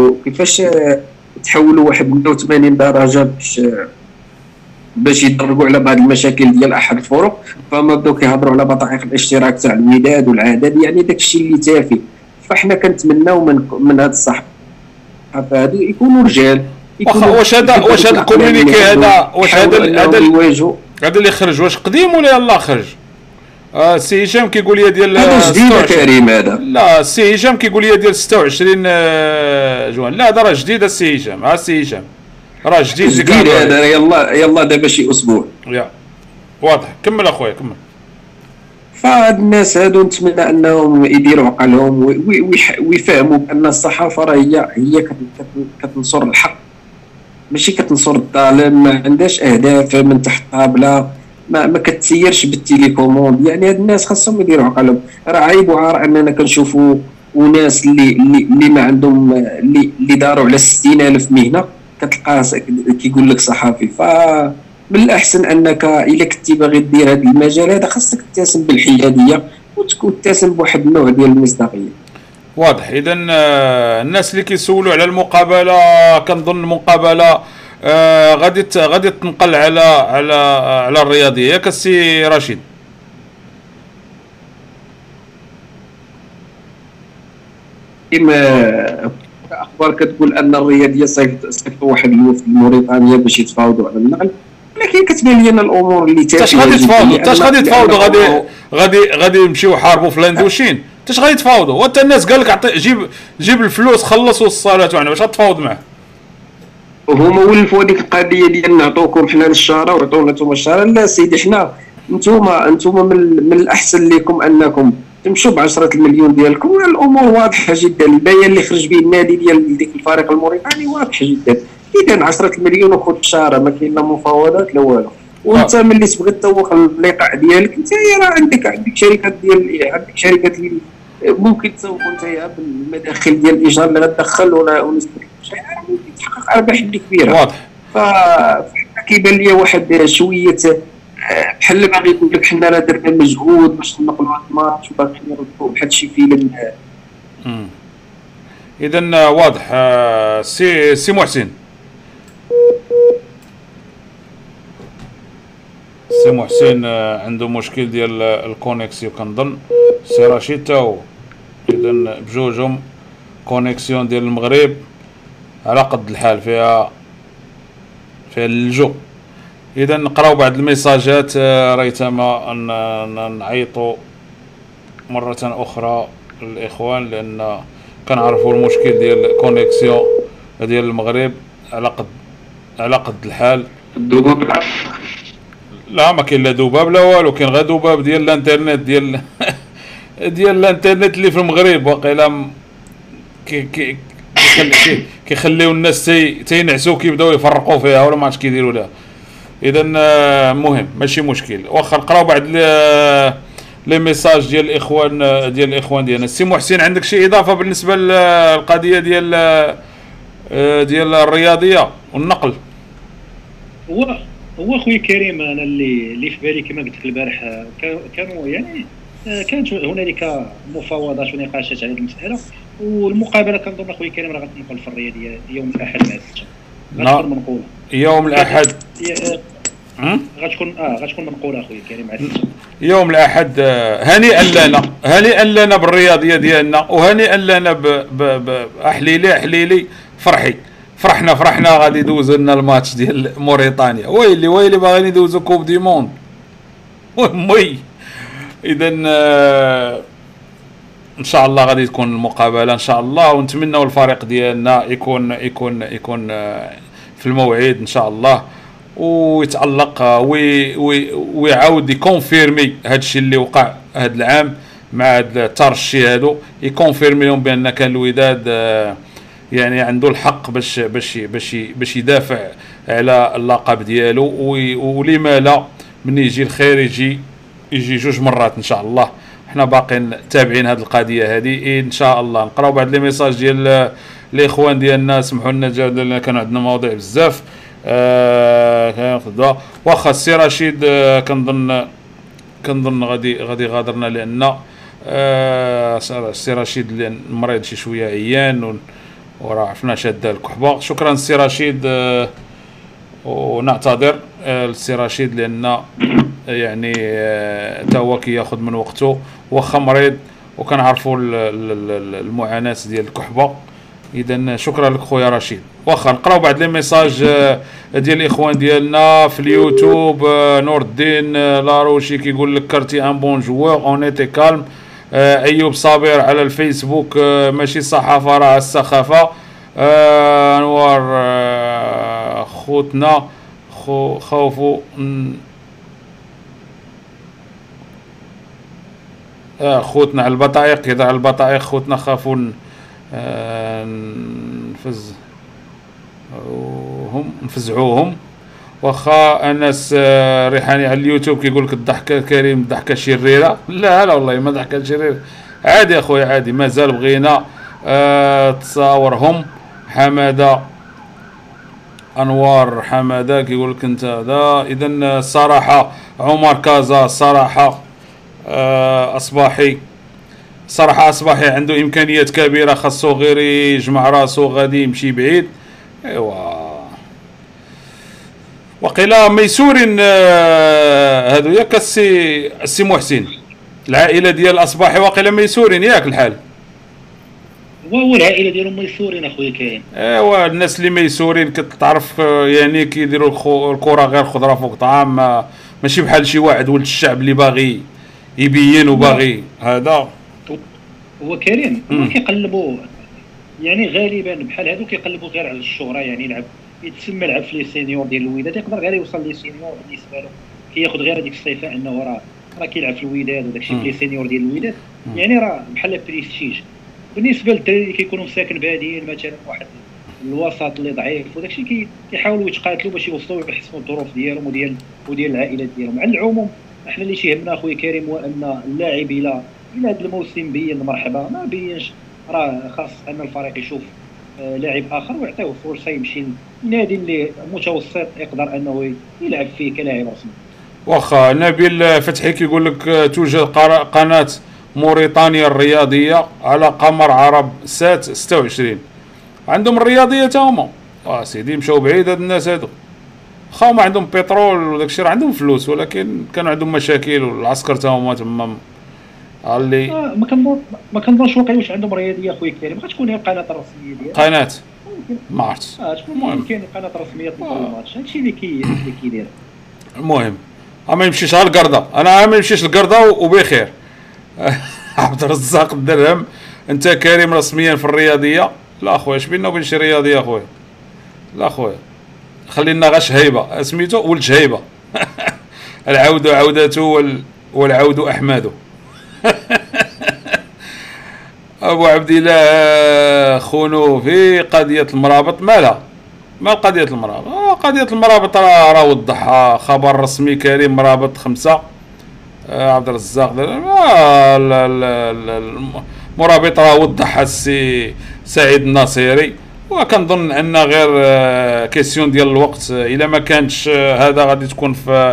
تحولوا 81 درجه باش يدرجوا على بعض المشاكل ديال احد الفرق. فما بداو كيهضروا على بطاقه الاشتراك تاع الوداد والعدد، يعني داك الشيء اللي تافه. فاحنا كنتمناو من هاد الصحافه هادو يكونوا رجال. واش هذا الكومونيكي هذا واش هذا اللي خرج واش قديم ولا يلاه خرج؟ سي هشام كيقول لي ديال هذا جديد كريم هذا. لا سي هشام كيقول لي ديال 26 جوان. لا هذا راه جديد السي هشام. سي هشام راه جديد هذا. يلا دابا شي اسبوع. واضح. كمل اخويا كمل. فهاد الناس هادو نتمنى انهم يديروا عقلهم ويفهموا بان الصحافه راه هي كتنصر الحق، ماشي كتنصر الظالم. ما عندهاش اهداف من تحت الطابله، ما كتسيرش بالتيليكوموند. يعني هاد الناس خاصهم يديروا عقلهم. راه عيب وعار اننا كنشوفوا وناس اللي ما عندهم اللي داروا على 60,000 مهنه كتلقاه كيقول لك صحافي. من الاحسن انك الا كنتي باغي دير هذا المجال هذا خاصك تتسم بالحياديه وتكون تتسم بواحد النوع ديال المصداقيه. واضح. اذا الناس اللي كيسولوا على المقابله، كنظن المقابله غادي تنقل على الرياضيه، ياك السي رشيد؟ كما اخبار كتقول ان الرياضيه صيفطوا واحد الوفد لموريتانيا باش يتفاوضوا على النقل، ولكن كتبان لنا الامور اللي اش غادي تفاوضوا؟ غادي يمشيو يحاربوا في الاندوشين؟ اش غادي تفاوضوا؟ وانت الناس قال لك جيب الفلوس خلصوا الصالات وعنا واش غتفاوض معاه؟ هما ولفوا هذيك القضيه ديال نعطوكم حنا الشاره وعطونا نتوما الشاره. لا سيدي، حنا انتوما من الاحسن لكم انكم تمشوا ب10 المليون ديالكم. الامور واضحه جدا، البيان اللي خرج به النادي ديال ديك الفريق الموريتاني واضح جدا. اذا 10 المليون وخذ الشاره، ما كاين لا مفاوضات لا والو. وانت ملي تبغي تسوق اللقاء ديالك انت راه عندك شركات عندك شركات اللي ممكن تسوق انت بالمداخل ديال الايجار اللي غتدخل ونسبه الشيء ممكن تحقق ارباح اللي كبيره. واضح. فكيبان لي واحد شويه بحال باغي يقول لك حنا راه درنا مجهود باش نقلوا هذا الماتش وباغيين نردوا بحال شي فيلم. اذا واضح. سي محسن، سي محسن عنده مشكل ديال الكونيكسيون كنظن. سي رشيد تا هو. اذا بجوجهم كونيكسيون ديال المغرب على قد الحال، فيها اللجوء. اذا نقراو بعض الميساجات ريتما نعيطوا مره اخرى للاخوان، لان كنعرفوا المشكل ديال الكونيكسيون ديال المغرب على قد الحال. لا ما كاين لا ذباب لا والو، كاين غير ذباب ديال الانترنت ديال الانترنت اللي في المغرب. واقيلا كيخليو الناس تينعسوا كيبداو يفرقوا فيها ولا ما عرفتش كيديروا لها. اذا مهم ماشي مشكل. واخا نقراو بعد لي ميساج ديال الاخوان ديالنا. السي محسن عندك شي اضافه بالنسبه للقضيه ديال الرياضيه والنقل؟ هو خويا كريم، انا اللي في بالي كما قلت لك البارح كانوا يعني كانت هنالك مفاوضات ونقاشات على هذه المساله، والمقابله كنظن خويا كريم راه غتنقل في الرياضيه يوم الاحد مع السبت. غتكون منقوله يوم الاحد. غتكون منقوله خويا كريم مع السبت يوم الاحد. هنيئا لنا بالرياضيه ديالنا، وهنيئا لنا احليلي فرحنا غادي يدوزوا لنا الماتش ديال موريتانيا. ويلي باغيين يدوزوا كوب دي موند وي. اذا ان شاء الله غادي تكون المقابله ان شاء الله، ونتمنوا الفريق ديالنا يكون في الموعد ان شاء الله، ويتالق ويعاود يكونفيرمي هذا الشيء اللي وقع هذا العام مع هذا الترشي هذو، يكونفيرمي لهم بان كان الوداد يعني عنده الحق باش يدافع على اللقب ديالو. ولما لا من يجي الخير يجي 2 مرات ان شاء الله. حنا باقيين تابعين هذه القضيه هذه ان شاء الله. نقراو بعض لي ميساج ديال الاخوان ديالنا. سمحوا لنا لان كان عندنا مواضيع بزاف. واخا السي رشيد كنظن غادي غادرنا، لان السي رشيد لان مريض شي شويه عيان وراه عرفنا شاده الكحبه. شكرا السي رشيد، ونعتذر السي رشيد لان يعني تا هو كياخذ من وقته واخا مريض، وكنعرفوا المعاناه ديال الكحبه. اذا شكرا لك خويا رشيد. واخا نقراو بعد لي ميساج ديال الاخوان ديالنا في اليوتيوب. نور الدين لاروشي كيقول لك كارتي ان بون جوور اون ايتي كالم. ايوب صابر على الفيسبوك ماشي الصحافه راه السخافه. انوار خوتنا خوفوا خوتنا على البطائق، كذا على البطائق خوتنا خافوا نفزعوهم. واخا انس ريحاني على اليوتيوب كيقول لك الضحكه كريم ضحكه شريره، لا والله ما ضحكه شريره، عادي اخويا عادي، مازال بغينا تصاورهم. حماده انوار حماده كيقول لك انت هذا. اذا الصراحه عمر كازا الصراحه اصباحي عنده امكانيات كبيره، خاصو غير يجمع راسو غادي يمشي بعيد. ايوا وقيلا ميسورين هادو ياك السي محسن، العائله ديال اصباحي وقيلا ميسورين ياك الحال. هو العائله ديالهم ميسورين اخويا كريم. ايوا الناس اللي ميسورين كتعرف يعني كيديروا الكره غير خضره فوق طعام، ماشي بحال شي واحد ولد الشعب اللي باغي يبين وباغي هذا. هو كريم هما كيقلبوا يعني غالبا بحال هادو كيقلبوا غير على الشهره، يعني يلعب يتسمى لعب في لي سينيور ديال الوداد، يقدر غير يوصل لي سينيور بالنسبه له كياخذ غير هذيك الصفه انه راه كيلعب في الوداد وداكشي في لي سينيور ديال الوداد، يعني راه بحال بريستيج. بالنسبه للدراري اللي كيكونوا مساكن بادين مثلا واحد الوسط اللي ضعيف وداكشي كيحاولوا يتقاتلوا باش يوصلوا ويحسنوا الظروف ديالهم وديال العائلات ديالهم. على العموم احنا اللي تيهمنا اخويا كريم هو ان اللاعب الى هذا الموسم بين مرحبا، ما بينش راه خاص ان الفريق يشوف لاعب اخر ويعطيه فرصه يمشي لنادي اللي متوسط يقدر انه يلعب فيه كلاعب رسمي. واخا نبيل فتحي كيقول لك توجد قناه موريتانيا الرياضيه على قمر عرب سات 26 عندهم الرياضيه تا هما. سيدي مشاو بعيد هاد الناس هادو، خا ما عندهم بترول وداك الشيء، راه عندهم فلوس ولكن كانوا عندهم مشاكل والعسكر تا هما تما اللي ما كنظنش واش عندهم رياضيه اخويا كريم. غتكون هي القناه الرسميه ديال قناه ما عرفتش تكون كاين القناه الرسميه ديال الماتش، هادشي اللي كيدير. المهم ما يمشيش على القرده، انا ما يمشيش القرده وبخير. عبد الرزاق الدرهم انت كريم رسميا في الرياضيه؟ لا اخويا اش بينا وبين شي رياضيه اخويا، لا اخويا خلينا غا شهيبه سميتو ولد شهيبه. العود عودته والعود احمده. ابو عبد الله خونو في قضيه المرابط، مالها ما قضيه المرابط؟ قضيه المرابط راه وضحها خبر رسمي كريم، مرابط 5 عبد الرزاق المرابط راه وضحها السي سعيد الناصيري، وكنظن ان غير كيسيون ديال الوقت. الا ما كانتش هذا غادي تكون في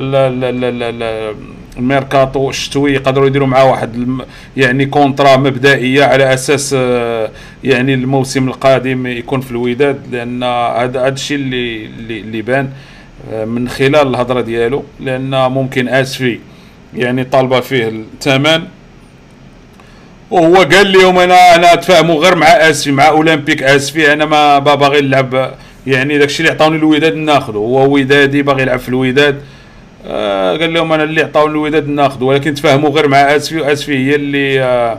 الميركاتو الشتوي، يقدروا يديروا معاه واحد يعني كونطرا مبدئيه على اساس يعني الموسم القادم يكون في الوداد، لان هذا الشيء اللي بان من خلال الهضره ديالو، لان ممكن اسفي يعني طالبه فيه الثمن، وهو قال لهم انا اتفاهموا غير مع اسفي مع اولمبيك اسفي، انا ما باغي نلعب يعني داكشي اللي عطاوني الوداد ناخذه، هو ودادي باغي يلعب في الوداد. قال لهم انا اللي عطاوني الوداد ناخذه، ولكن تفاهموا غير مع اسفي، واسفي هي اللي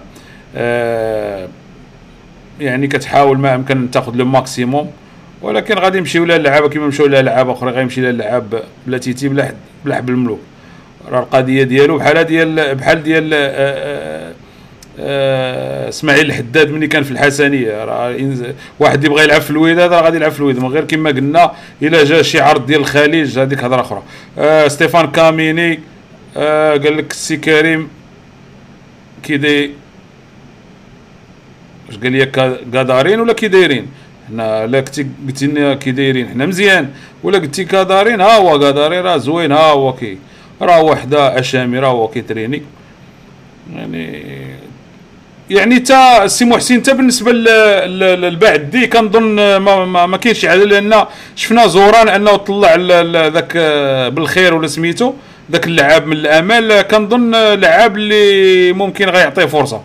يعني كتحاول ما امكن تاخذ لو ماكسيموم، ولكن غادي يمشيو للعابه كيما مشاو للعابه اخرى، غيمشي للعاب بلا تيتي بلا حبل الملوك. راه القضيه ديالو بحال ديال اسماعيل الحداد ملي كان في الحسنيه، راه واحد يبغى يلعب في الوداد راه غادي يلعب في الوداد، من غير كما قلنا الا جا شي عرض ديال الخليج هذيك هضره اخرى. ستيفان كاميني قال لك السي كريم كي واش قال لي كادارين ولا كي دايرين؟ حنا لا قلتي لنا كي دايرين حنا مزيان، ولا قلتي كادارين ها هو كادارين راه زوين، ها هو راه وحده اشامي راه هو كيتريني يعني تا السي محسن تا بالنسبه للبعد دي كنظن ما كاينش شي حاجه، لان شفنا زوران انه طلع ذاك بالخير ولا سميتو ذاك اللعاب من الامال، كنظن لعاب اللي ممكن غيعطيه فرصه.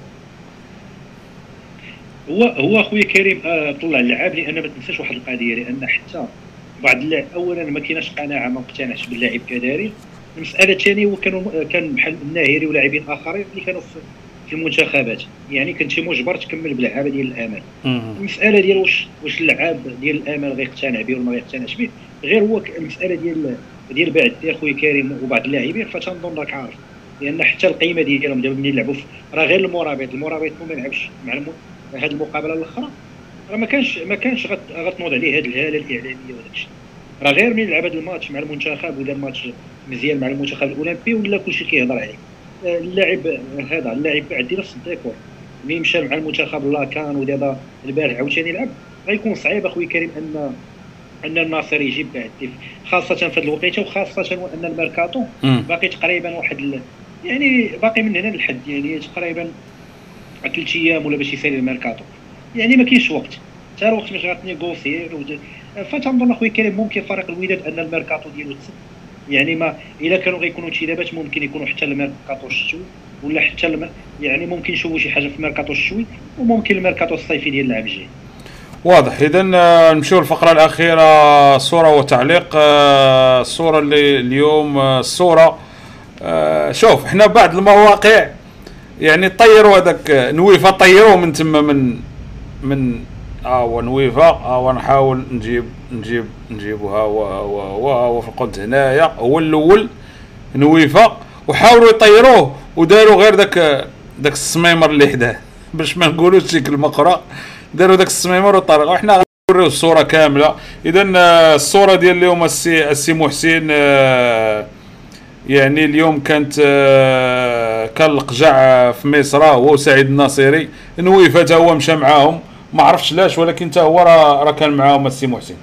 هو اخويا كريم طلع اللعاب، لان ما تنساش واحد القضيه، لان حتى بعض اللاعب اولا ما كايناش قناعه، ما مقتنعش باللاعب كداري. المساله الثانيه هو كان بحال الناهري ولاعبين اخرين اللي كانوا في المنتخبات، يعني كنتي مجبر تكمل باللعابه ديال الامل. المساله ديال واش اللعاب ديال الامل غيقتنع به ولا ما غيقتنعش به، غير هو المساله ديال بعد يا خويا كريم وبعض اللاعبين، فتنظن راك عارف لان حتى القيمه ديالهم دابا ملي يلعبوا راه غير المرابط ما يلعبش مع هذه المقابله الاخرى، راه ما كانش غتنوض عليه هذه الهاله الاعلاميه وداك الشيء. راه غير ملي يلعب هذا الماتش مع المنتخب ودار ماتش مزيان مع المنتخب الاولمبي ولا كلشي كيهضر عليه. اللاعب عندي نفس الديكور ملي مشى مع المنتخب لاكان ودابا البارح عاوتاني يلعب، غيكون صعيب اخويا كريم ان الناصر يجيب بعد، خاصه في هذه الوقيته، وخاصه وان الميركاتو باقي تقريبا يعني باقي من هنا للحد، يعني تقريبا 3 ايام ولا باش يسالي الميركاتو، يعني ما كاينش وقت حتى الوقت باش غتنيغوسي. فتنظن اخويا كريم ممكن فريق الوداد ان الميركاتو ديالو تسد، يعني ما الا كانوا غيكونوا انتدابات ممكن يكونوا حتى الميركاتو الشتوي ولا حتى يعني ممكن نشوفوا شي حاجه في الميركاتو الشتوي وممكن الميركاتو الصيفي ديال العام الجاي. واضح. اذا نمشيو للفقره الاخيره، صوره وتعليق. الصوره اللي اليوم الصوره شوف احنا بعض المواقع يعني طيروا هذاك نويفا، طيروه من تما من نويفا ونحاول نجيبوها هو في القنت هنايا، هو الاول نويفا، وحاولوا يطيروه وداروا غير داك السميمر اللي حداه باش ما نقولوش شي كلمه اخرى، داروا داك السميمر وطرقوا. وحنا غنوريو الصوره كامله. اذا الصوره ديال اليوم السي محسن، يعني اليوم كان القجع في مصر هو وسعيد الناصري، نويفا تا هو مشى معاهم، ما عرفتش لاش ولكن تا هو راه كان معاهم السي محسن.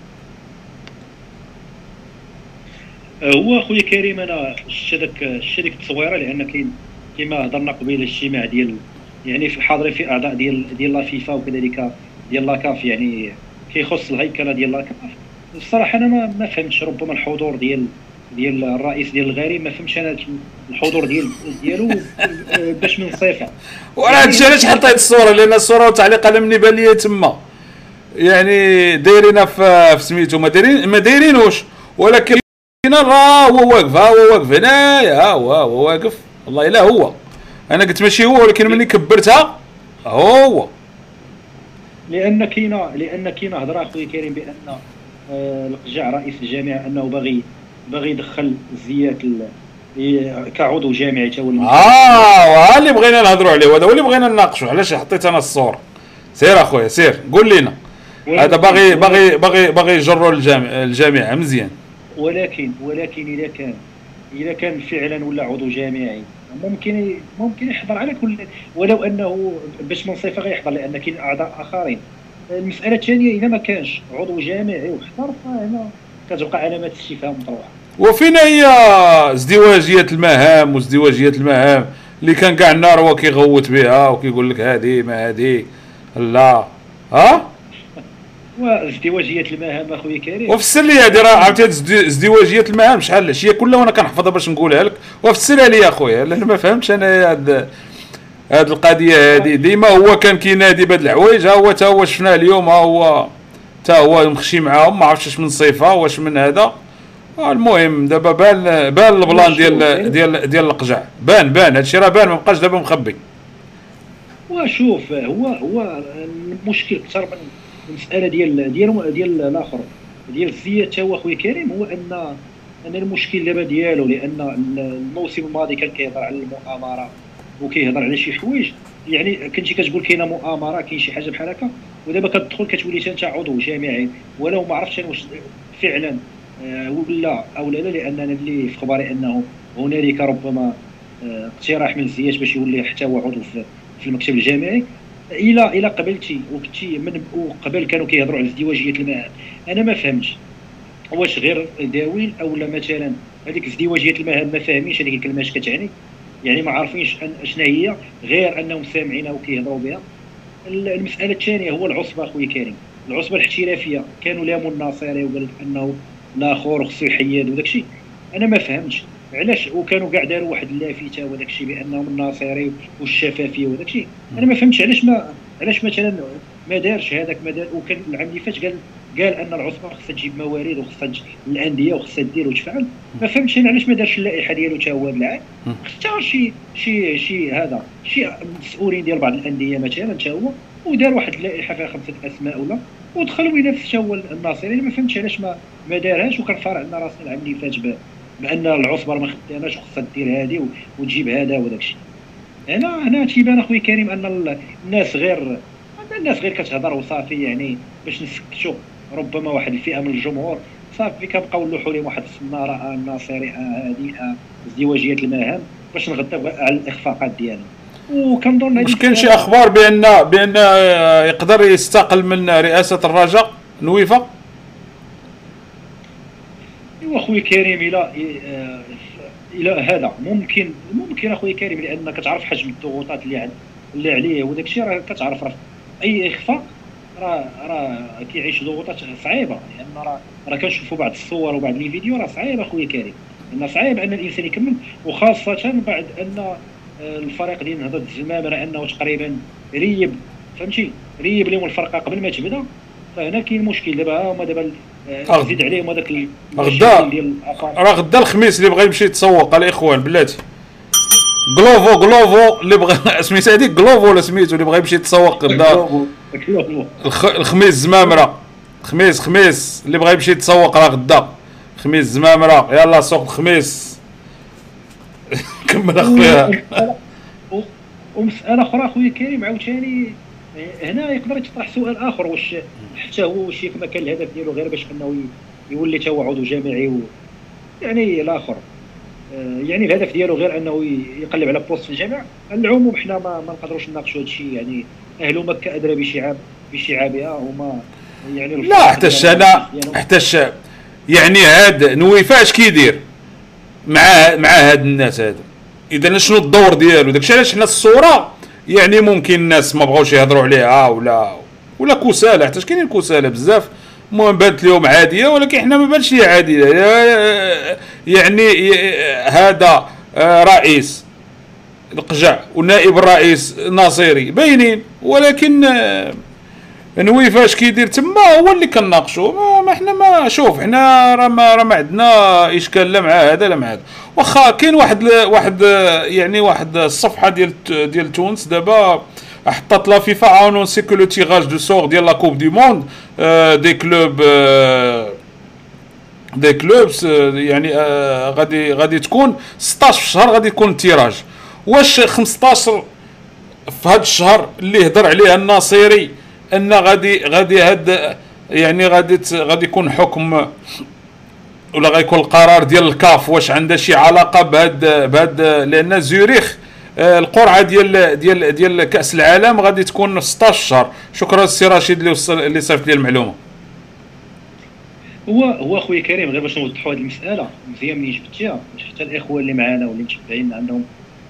هو اخويا كريم انا شفت ديك التصويره، لان كاين كما هضرنا قبيله الاجتماع ديال يعني في حاضرين في اعضاء ديال لا فيفا وكذلك ديال لاكاف، يعني كيخص الهيكله ديال لاكاف. الصراحه انا ما فهمتش، ربما الحضور ديال الرئيس ديال الغريم ما فهمتش انا الحضور ديالو باش من صفه. وانا هادشي علاش حطيت الصوره، لان الصوره والتعليق انا مني بان لي تما يعني دايرينها في سميتو ما دايرينوش، ولكن راه هو واقف هنايا، هو واقف والله الا هو. انا قلت ماشي هو، ولكن ملي كبرتها هو. لان كاينه هضره اخويا كريم بان القجع رئيس الجامعه انه باغي يدخل الزيات كعضو جامعي تا هو اللي بغينا نهضروا عليه، وهذا هو اللي بغينا نناقشوا. علاش حطيت انا الصوره؟ سير اخويا سير قول لنا. هذا باغي يجروا الجامعه مزيان. ولكن اذا كان فعلا ولا عضو جامعي ممكن يحضر على كل، ولو انه باش من صفه غيحضر، لان كاين اعضاء اخرين. المساله الثانيه اذا ما كانش عضو جامعي وحضر فهنا كتبقى علامات استفهام مطروحه. وفينا هي ازدواجيه المهام اللي كان كاع النار هو كيغوت بها وكيقول لك هذه ما هذه لا وازدواجيه المهام اخويا كريم. وفسر لي هذه، راه عرفتي ازدواجيه المهام شحال هي كلها وانا كنحفظها باش نقولها لك، وفسرها لي اخويا لان ما فهمتش انا هاد القضيه هذه. ديما هو كان كينادي بهاد الحوايج، تا هو شفناه اليوم، تا هو مخشي معاهم، ما عرفتش واش من صفه واش من هذا. المهم دابا بان البلان ديال القجع، بان هادشي راه بان، ما بقاش دابا مخبي. وشوف هو المشكل اكثر من المساله ديال الاخر ديال الزيات. تا هو اخويا كريم هو ان المشكل دابا ديالو، لان الموسم الماضي كان كيهضر على المؤامره وكيهضر على شي حوايج، يعني كنتي كتقول كاينه مؤامره، كاين شي حاجه بحال هكا، ودابا كتدخل كتولي انت عضو جامعي، ولو ما عرفتش واش فعلا ولا او لا، لان انا اللي في خباري انه هنالك ربما اقتراح من الزيات باش يولي حتى هو عضو في المكتب الجامعي. الى قبلتي وكنتي من وقبل كانوا كيهضروا على ازدواجيه المهام، انا ما فهمتش واش غير داوين او لا مثلا هذيك ازدواجيه المهام ما فاهمينش هذيك الكلمه اش كتعني، يعني ما عارفينش شنو هي، غير انهم سامعينها وكيهضروا بها. المساله الثانيه هو العصبه اخويا كريم، العصبه الاحترافيه، كانوا لاموا الناصري وقال لك انه الاخر خصو يحيد وداك الشيء، انا ما فهمتش علاش، وكانوا كاع داروا واحد اللافته وداك الشيء بانهم الناصري والشفافيه وداك الشيء، انا ما فهمتش علاش مثلا ما دارش هذاك، ما دار. وكان العام اللي فات قال ان العصبه خصها تجيب موارد وخصها الانديه وخصها دير وتفعل، ما فهمتش انا علاش ما دارش اللائحه ديالو حتى هو هذا العام، اختار شي مسؤولين ديال بعض الانديه مثلا حتى هو، ودار واحد اللائحه فيها 5 اسماء ولا، ودخلوا ينافس حتى هو الناصري. ما فهمتش علاش ما دارهاش، وكان فارع لنا راسنا العام اللي فات بان العصبه ما خداماش وخصها دير هذه وتجيب هذا وداك الشيء. هنا تيبان اخويا كريم ان الناس غير كتهضر وصافي، يعني باش نسكتوا ربما واحد الفئه من الجمهور صافي كنبقاو نلوحوا لهم واحد السناره الناصري هادئه ازدواجيه المهام باش نغطيو على الاخفاقات ديالنا. وكنظن واش كاين شي اخبار بان يقدر يستقل من رئاسه الرجاء نويفه؟ ايوا اخويا كريم الى هذا ممكن اخويا كريم، لان كتعرف حجم الضغوطات اللي عليه وداك الشيء، راه كتعرف اي اخفاق راه كيعيش ضغوطات صعيبه، لان راه كنشوفوا بعض الصور وبعض لي فيديو راه صعيب اخويا كريم، لان صعيب ان الانسان يكمل، وخاصه بعد ان الفريق ديال نهضه الزمامره انه تقريبا فهمتي ريب لهم الفرقه قبل ما تبدا. فهنا كاين مشكل دابا، هما دابا زيد عليهم هذاك غدا ديال راه غدا الخميس اللي بغى يمشي يتسوق الاخوان بلاتي غلوفو اللي بغى سميتها هذيك غلوفو ولا سميتو اللي بغى يمشي يتسوق غدا الخميس زمامره، خميس اللي بغى يمشي يتسوق راه غدا خميس زمامره، يلا سوق الخميس. كمل اخويا. ومساله اخرى اخويا كريم عاوتاني هنا يقدر يطرح سؤال اخر، واش حتى هو واش كما كان الهدف ديالو غير باش انه يولي تا عضو جامعي يعني الاخر، يعني الهدف ديالو غير انه يقلب على بوست في الجامع. العموم حنا ما نقدروش نناقشوا هذا الشيء، يعني اهل مكه ادرى بشعابها وما يعني لا حتى الشعب يعني هاد نويفه اش كيدير مع هاد الناس هادو، اذا شنو الدور ديالو داكشي علاش حنا الصوره يعني ممكن الناس ما بغاوش يهضروا عليها ولا كسالى، حتى كاينين كسالى بزاف المهم بانت لهم عاديه، ولكن حنا ما بانش لي عاديه. يعني هذا رئيس القجع ونائب الرئيس ناصيري باينين، ولكن نويفه اش كيدير تما هو اللي كنناقشوا. ما حنا ما شوف حنا راه ما عندنا اشكال لا مع هذا لا مع هذا، واخا كاين واحد الصفحه ديال تونس دابا حطت لا فيفا انونسي كو لو تيراج دو سور ديال لا كوب دي موند دي كلوبس يعني غادي تكون 16 في الشهر غادي يكون التيراج. واش 15 في هذا الشهر اللي هضر عليه الناصيري ان غادي هاد يعني غادي يكون حكم ولا غيكون القرار ديال الكاف، واش عنده شي علاقه بهاد لان زوريخ القرعه ديال كاس العالم غادي تكون في 16 شهر. شكرا السي رشيد اللي صيفط لي المعلومه. هو اخويا كريم غير باش نوضحوا هذه المساله مزيان ملي جبتيها حتى الاخوه اللي معنا واللي متبعين عندهم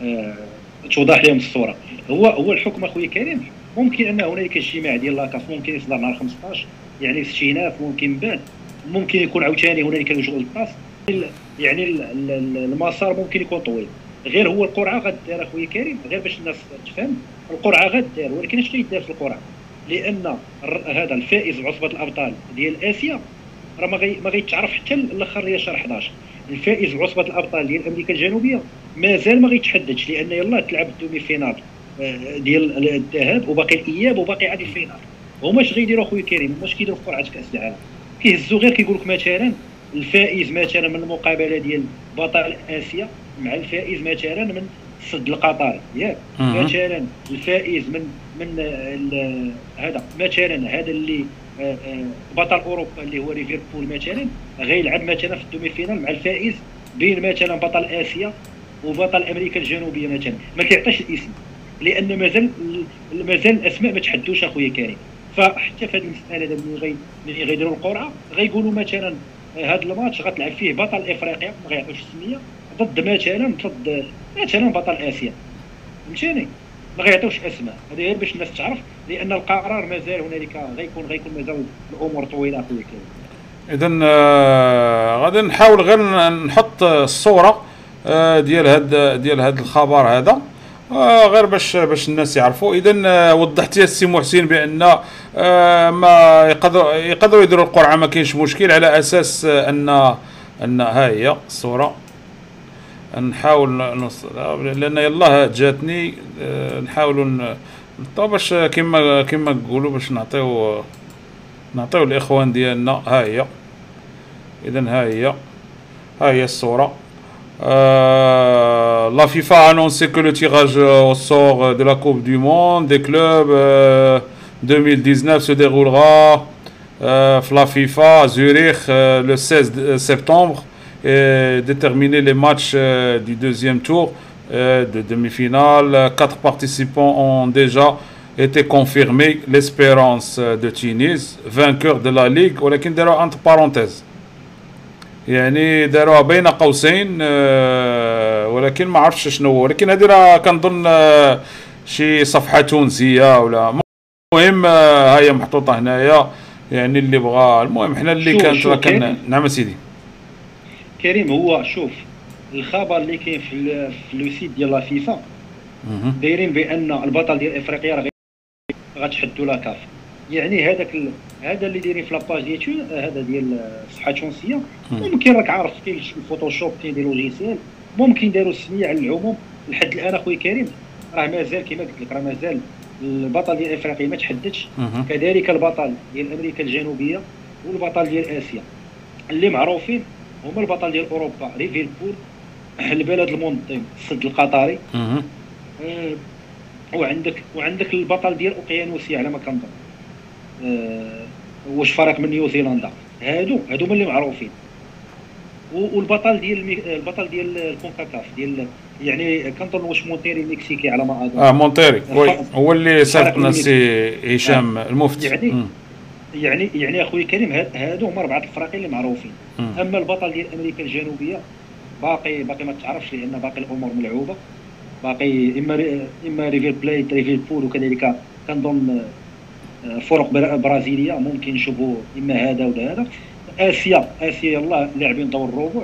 توضح لهم الصوره. هو الحكم اخويا كريم ممكن ان هنالك اجتماع ديال لاكاف ممكن يصدر نهار 15 يعني استئناف، ممكن بعد ممكن يكون عاوتاني هنالك لجوء للطاس، يعني المسار ممكن يكون طويل. غير هو القرعه غدار اخويا كريم غير باش الناس تفهم، القرعه غدار، ولكن اش غيدار في القرعه؟ لان هذا الفائز بعصبه الابطال ديال اسيا راه ما غيتعرف حتى الاخر ديال شهر 11. الفائز بعصبه الابطال ديال امريكا الجنوبيه مازال ما غيتحددش، لان يلاه تلعب الدومي فينال ديال الذهاب وباقي الاياب وباقي عاد الفينال. هما اش غيديروا اخويا كريم؟ هما اش كيديروا في قرعه كاس العالم؟ كيهزوا غير كيقول لك مثلا الفائز مثلا من المقابله ديال بطل اسيا مع الفائز مثلا من السد القطري ياك، مثلا الفائز من هذا مثلا هذا اللي بطل اوروبا اللي هو ليفربول مثلا غيلعب مثلا في الدومي فينال مع الفائز بين مثلا بطل اسيا وبطل امريكا الجنوبيه مثلا. ما كيعطيش الاسم لان مازال الاسماء ما تحدوش اخويا كريم. فحتى في هذه المساله دابا ملي غيديروا القرعه غيقولوا مثلا هذا الماتش غتلعب فيه بطل افريقيا ما غيعطيوش السميه ضد مثلا بطل اسيا، فهمتيني؟ ما غيعطيوش اسماء. هذا غير باش الناس تعرف، لان القرار مازال هنالك غيكون مازال الامور طويله اخويا كريم. اذا غادي نحاول غير نحط الصوره ديال هذا الخبر هذا غير باش الناس يعرفوا. اذا وضحت يا السي محسن بان ما يقدروا يديروا القرعه، ما كاينش مشكل، على اساس ان ها هي الصوره نحاول لان يلاه جاتني نحاولوا باش كما نقولوا باش نعطيو الاخوان ديالنا. ها هي اذا ها هي ها هي الصورة. La FIFA a annoncé que le tirage au sort de la Coupe du Monde des clubs 2019 se déroulera la FIFA à Zurich le 16 septembre et déterminer les matchs du deuxième tour de demi-finale. 4 participants ont déjà été confirmés. L'Espérance de Tunis, vainqueur de la Ligue, ولكن داروا entre parenthèses يعني داروها بين قوسين ولكن ما عرفتش شنو هو، ولكن هذه راه كنظن شي صفحه تونسيه ولا المهم ها هي محطوطه هنايا يعني اللي بغى. المهم حنا اللي كانت راه نعم سيدي كريم. هو شوف الخبر اللي كاين في لو سيت ديال لا فيفا دايرين بان البطل ديال افريقيا راه غتحدوا لا كاف. يعني هذا اللي دايرين في لاباج ديال هذا ديال الصفحه التونسيه. ممكن راك عارف كاين الفوتوشوب كاين دي لوجيسيال ممكن داروا السميه على العموم. لحد الان اخويا كريم راه مازال كما قلت لك راه مازال البطل ديال افريقيا ما تحددش. كذلك البطل ديال امريكا الجنوبيه والبطل ديال اسيا اللي معروفين هما البطل ديال اوروبا ليفربول، البلد المنظم السد القطري، وعندك البطل ديال اوقيانوسيا على ما كنظن واش فرق من نيوزيلندا. هادو هما اللي معروفين. والبطل ديال الكونكاكاف ديال يعني كنظن واش مونتيري المكسيكي على ما اظن. مونتيري هو اللي سابقنا سي هشام المفتي. يعني اخويا كريم هادو هما 4 الفرق اللي معروفين. اما البطل ديال امريكا الجنوبيه باقي ما تعرفش لان باقي الامور ملعوبه. باقي اما ريفير بليت ليفربول وكذلك كنظن فرق برازيليه ممكن نشوفوا اما هذا ولا هذا. اسيا يلاه لاعبين دور الربع.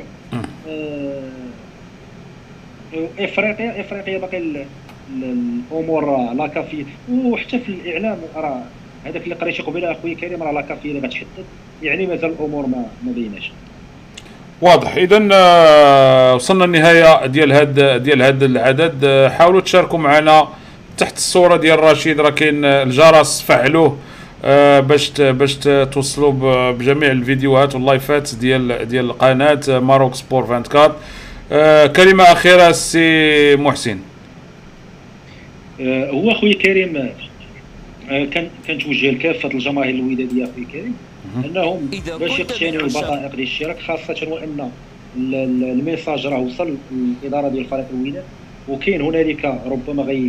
افريقيا باقي الامور لا كافي. وحتى في الاعلام راه هذاك اللي قريتي قبيله اخويا كريم راه لا كافي اللي غتحدد. يعني مازال الامور ما بيناش. واضح. اذا وصلنا النهايه ديال هاد العدد. حاولوا تشاركوا معنا تحت الصوره ديال رشيد راه كاين الجرس فعلوه باش توصلوا بجميع الفيديوهات واللايفات ديال القناه ماروك سبور 24. كلمه اخيره سي محسن. هو اخويا كريم كنتوجه لكافه الجماهير الوداديه اخويا كريم انهم باش يقتنعوا البطائق ديال الاشتراك، خاصه وان الميساج راه وصل للاداره ديال فريق الوداد، وكاين هنالك ربما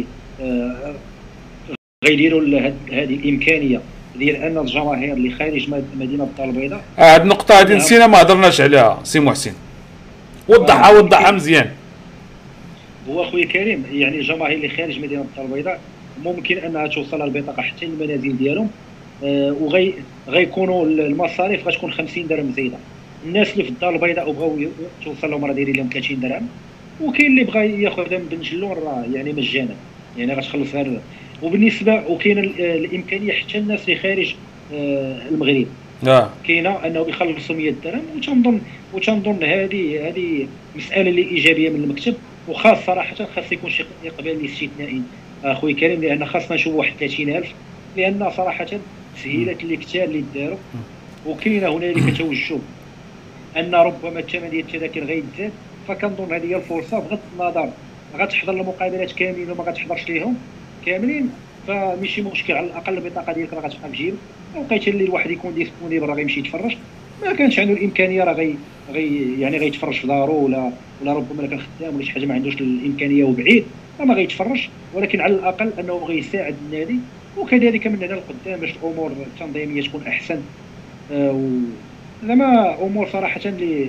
غيديروا هذه الامكانيه ديال ان الجماهير اللي خارج مدينه الدار البيضاء. هذه النقطه هذه نسينا ما هضرناش عليها سي محسن. وضحها مزيان. هو اخويا كريم يعني الجماهير اللي خارج مدينه الدار البيضاء ممكن انها توصل البطاقه حتى للمنازل ديالهم. غيكونوا المصاريف غتكون 50 درهم زايده. الناس اللي في الدار البيضاء وبغاو توصل لهم راه دايرين لهم 30 درهم، وكاين اللي بغى ياخذها من بن جلون راه يعني مجانا يعني غتخلص غير. وبالنسبه وكاين الامكانيه حتى الناس اللي خارج المغرب كاينه انه يخلصوا 100 درهم. وتنظن هذه مساله اللي ايجابيه من المكتب، وخاص صراحه خاص يكون شي اقبال الاستثنائي اخوي كريم، لان خاصنا نشوفوا واحد 30,000 لان صراحه تسهيلات اللي كثار اللي داروا. وكاينه هنالك توجه ان ربما الثمن ديال التذاكر غيتزاد، فكنظن هذه هي الفرصه بغض النظر غتحضر المقابلات كاملين وما غتحضرش ليهم كاملين فماشي مشكل، على الاقل البطاقه ديالك راه غتبقى في جيبك. لقيت اللي الواحد يكون ديسبونيبل راه غيمشي يتفرج، ما كانش عنده الامكانيه راه يعني غيتفرج في دارو ولا ربما كان خدام ولا شي حاجه ما عندوش الامكانيه وبعيد راه ما غيتفرج، ولكن على الاقل انه غيساعد النادي. وكذلك من هنا لقدام باش الامور التنظيميه تكون احسن. زعما امور صراحه اللي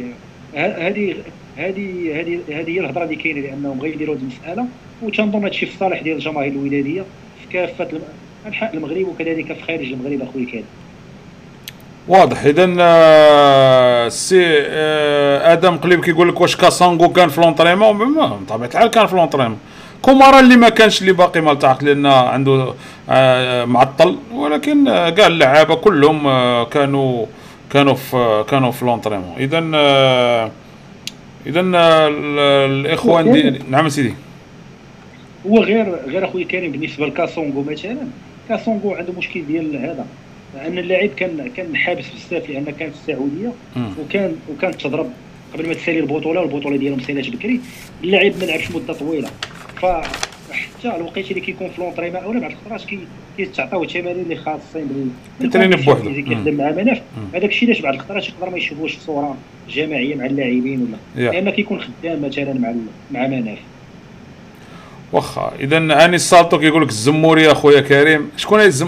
هذه هي الهضره اللي كاينه، لانهم غيديروا هذه المساله، وتنظن هادشي في الصالح ديال الجماهير الوداديه في كافه انحاء المغرب وكذلك في خارج المغرب اخويا كريم. واضح. اذا سي ادم قليب كيقول لك واش كاسانغو كان في لونطريمون؟ بطبيعه الحال كان في لونطريمون. كومارا اللي ما كانش اللي باقي ما التحق لان عنده معطل، ولكن كاع اللعابه كلهم كانوا في لونطريمون. اذا الاخوان نعم سيدي. هو غير اخويا كريم بالنسبه لكاسونغو مثلا، كاسونغو عنده مشكل ديال هذا، ان اللاعب كان حابس بزاف لان كان في السعوديه وكان تضرب قبل ما تسالي البطوله، والبطوله ديالهم سالات بكري، اللاعب ما لعبش مده طويله، فحتى الوقيته اللي كيكون في لونطريمون اولا بعض الخطرات كيتعطاو التمارين اللي خاصين بوحدو كيخدم مع مناف. هذاك الشيء علاش بعض الخطرات يقدر ما يشوفوش في صوره جماعيه مع اللاعبين ولا لان كيكون خدام مثلا مع مناف. واخا اذا هاني السالطو كيقول لك الزموريه اخويا كريم. شكون هي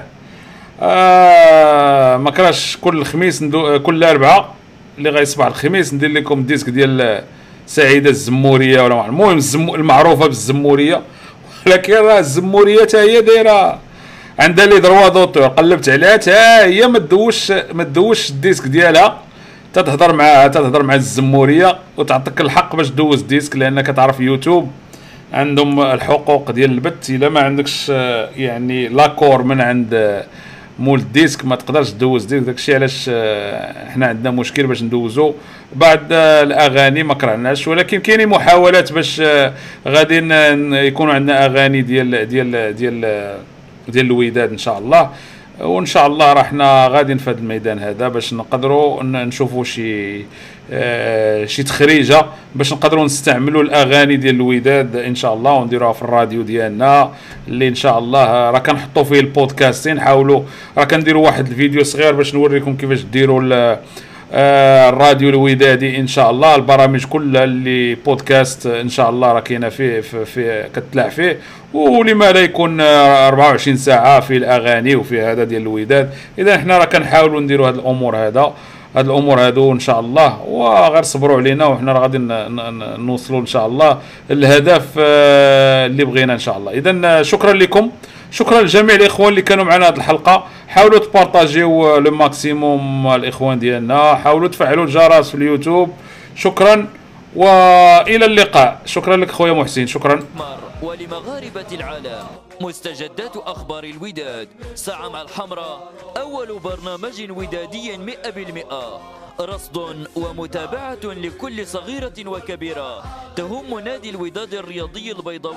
ما كراش كل خميس كل اربعاء اللي غيصبح الخميس ندير لكم ديسك ديال سعيده الزموريه ولا المهم المعروفه بالزموريه، ولكن راه الزموريه حتى هي دايره عندها لي دروا دوتور، قلبت عليها حتى هي ما تدوش الديسك ديالها، تتهضر معاها تهضر مع الزموريه وتعطيك الحق باش دوز ديسك، لان كتعرف يوتيوب عندهم الحقوق ديال البث. الا ما عندكش يعني لاكور من عند مول الديسك ما تقدرش تدوز ديسك. داكشي علاش حنا عندنا مشكل باش ندوزو بعض الاغاني ما كرهناش، ولكن كاينين محاولات باش غادي يكونوا عندنا اغاني ديال الوداد ان شاء الله. وان شاء الله راه حنا غاديين في هذا الميدان هذا باش نقدروا نشوفوا شي تخريجه باش نقدروا نستعملوا الاغاني ديال الوداد ان شاء الله ونديروها في الراديو ديالنا اللي ان شاء الله راه كنحطوا فيه البودكاست. نحاولوا راه كنديروا واحد الفيديو صغير باش نوريكم كيفاش ديروا الراديو الودادي ان شاء الله. البرامج كلها اللي بودكاست ان شاء الله راه كاينه فيه كتلاع فيه، ولما لا يكون 24 ساعه في الاغاني وفي هذا ديال الوداد. اذا احنا راه كنحاولوا نديروا هذه الامور هادو ان شاء الله، وغير صبروا علينا وحنا راه غادي نوصلوا ان شاء الله الهدف اللي بغينا ان شاء الله. اذا شكرا لكم، شكرا لجميع الاخوان اللي كانوا معنا هذه الحلقه. حاولوا تبارطاجيو لو ماكسيموم الاخوان ديالنا، حاولوا تفعلوا الجرس في اليوتيوب. شكرا والى اللقاء. شكرا لك خويا محسن. شكرا. ولمغاربة العالم مستجدات أخبار الوداد ساعة مع الحمراء، أول برنامج ودادي 100%، رصد ومتابعة لكل صغيرة وكبيرة تهم نادي الوداد الرياضي البيضاوي.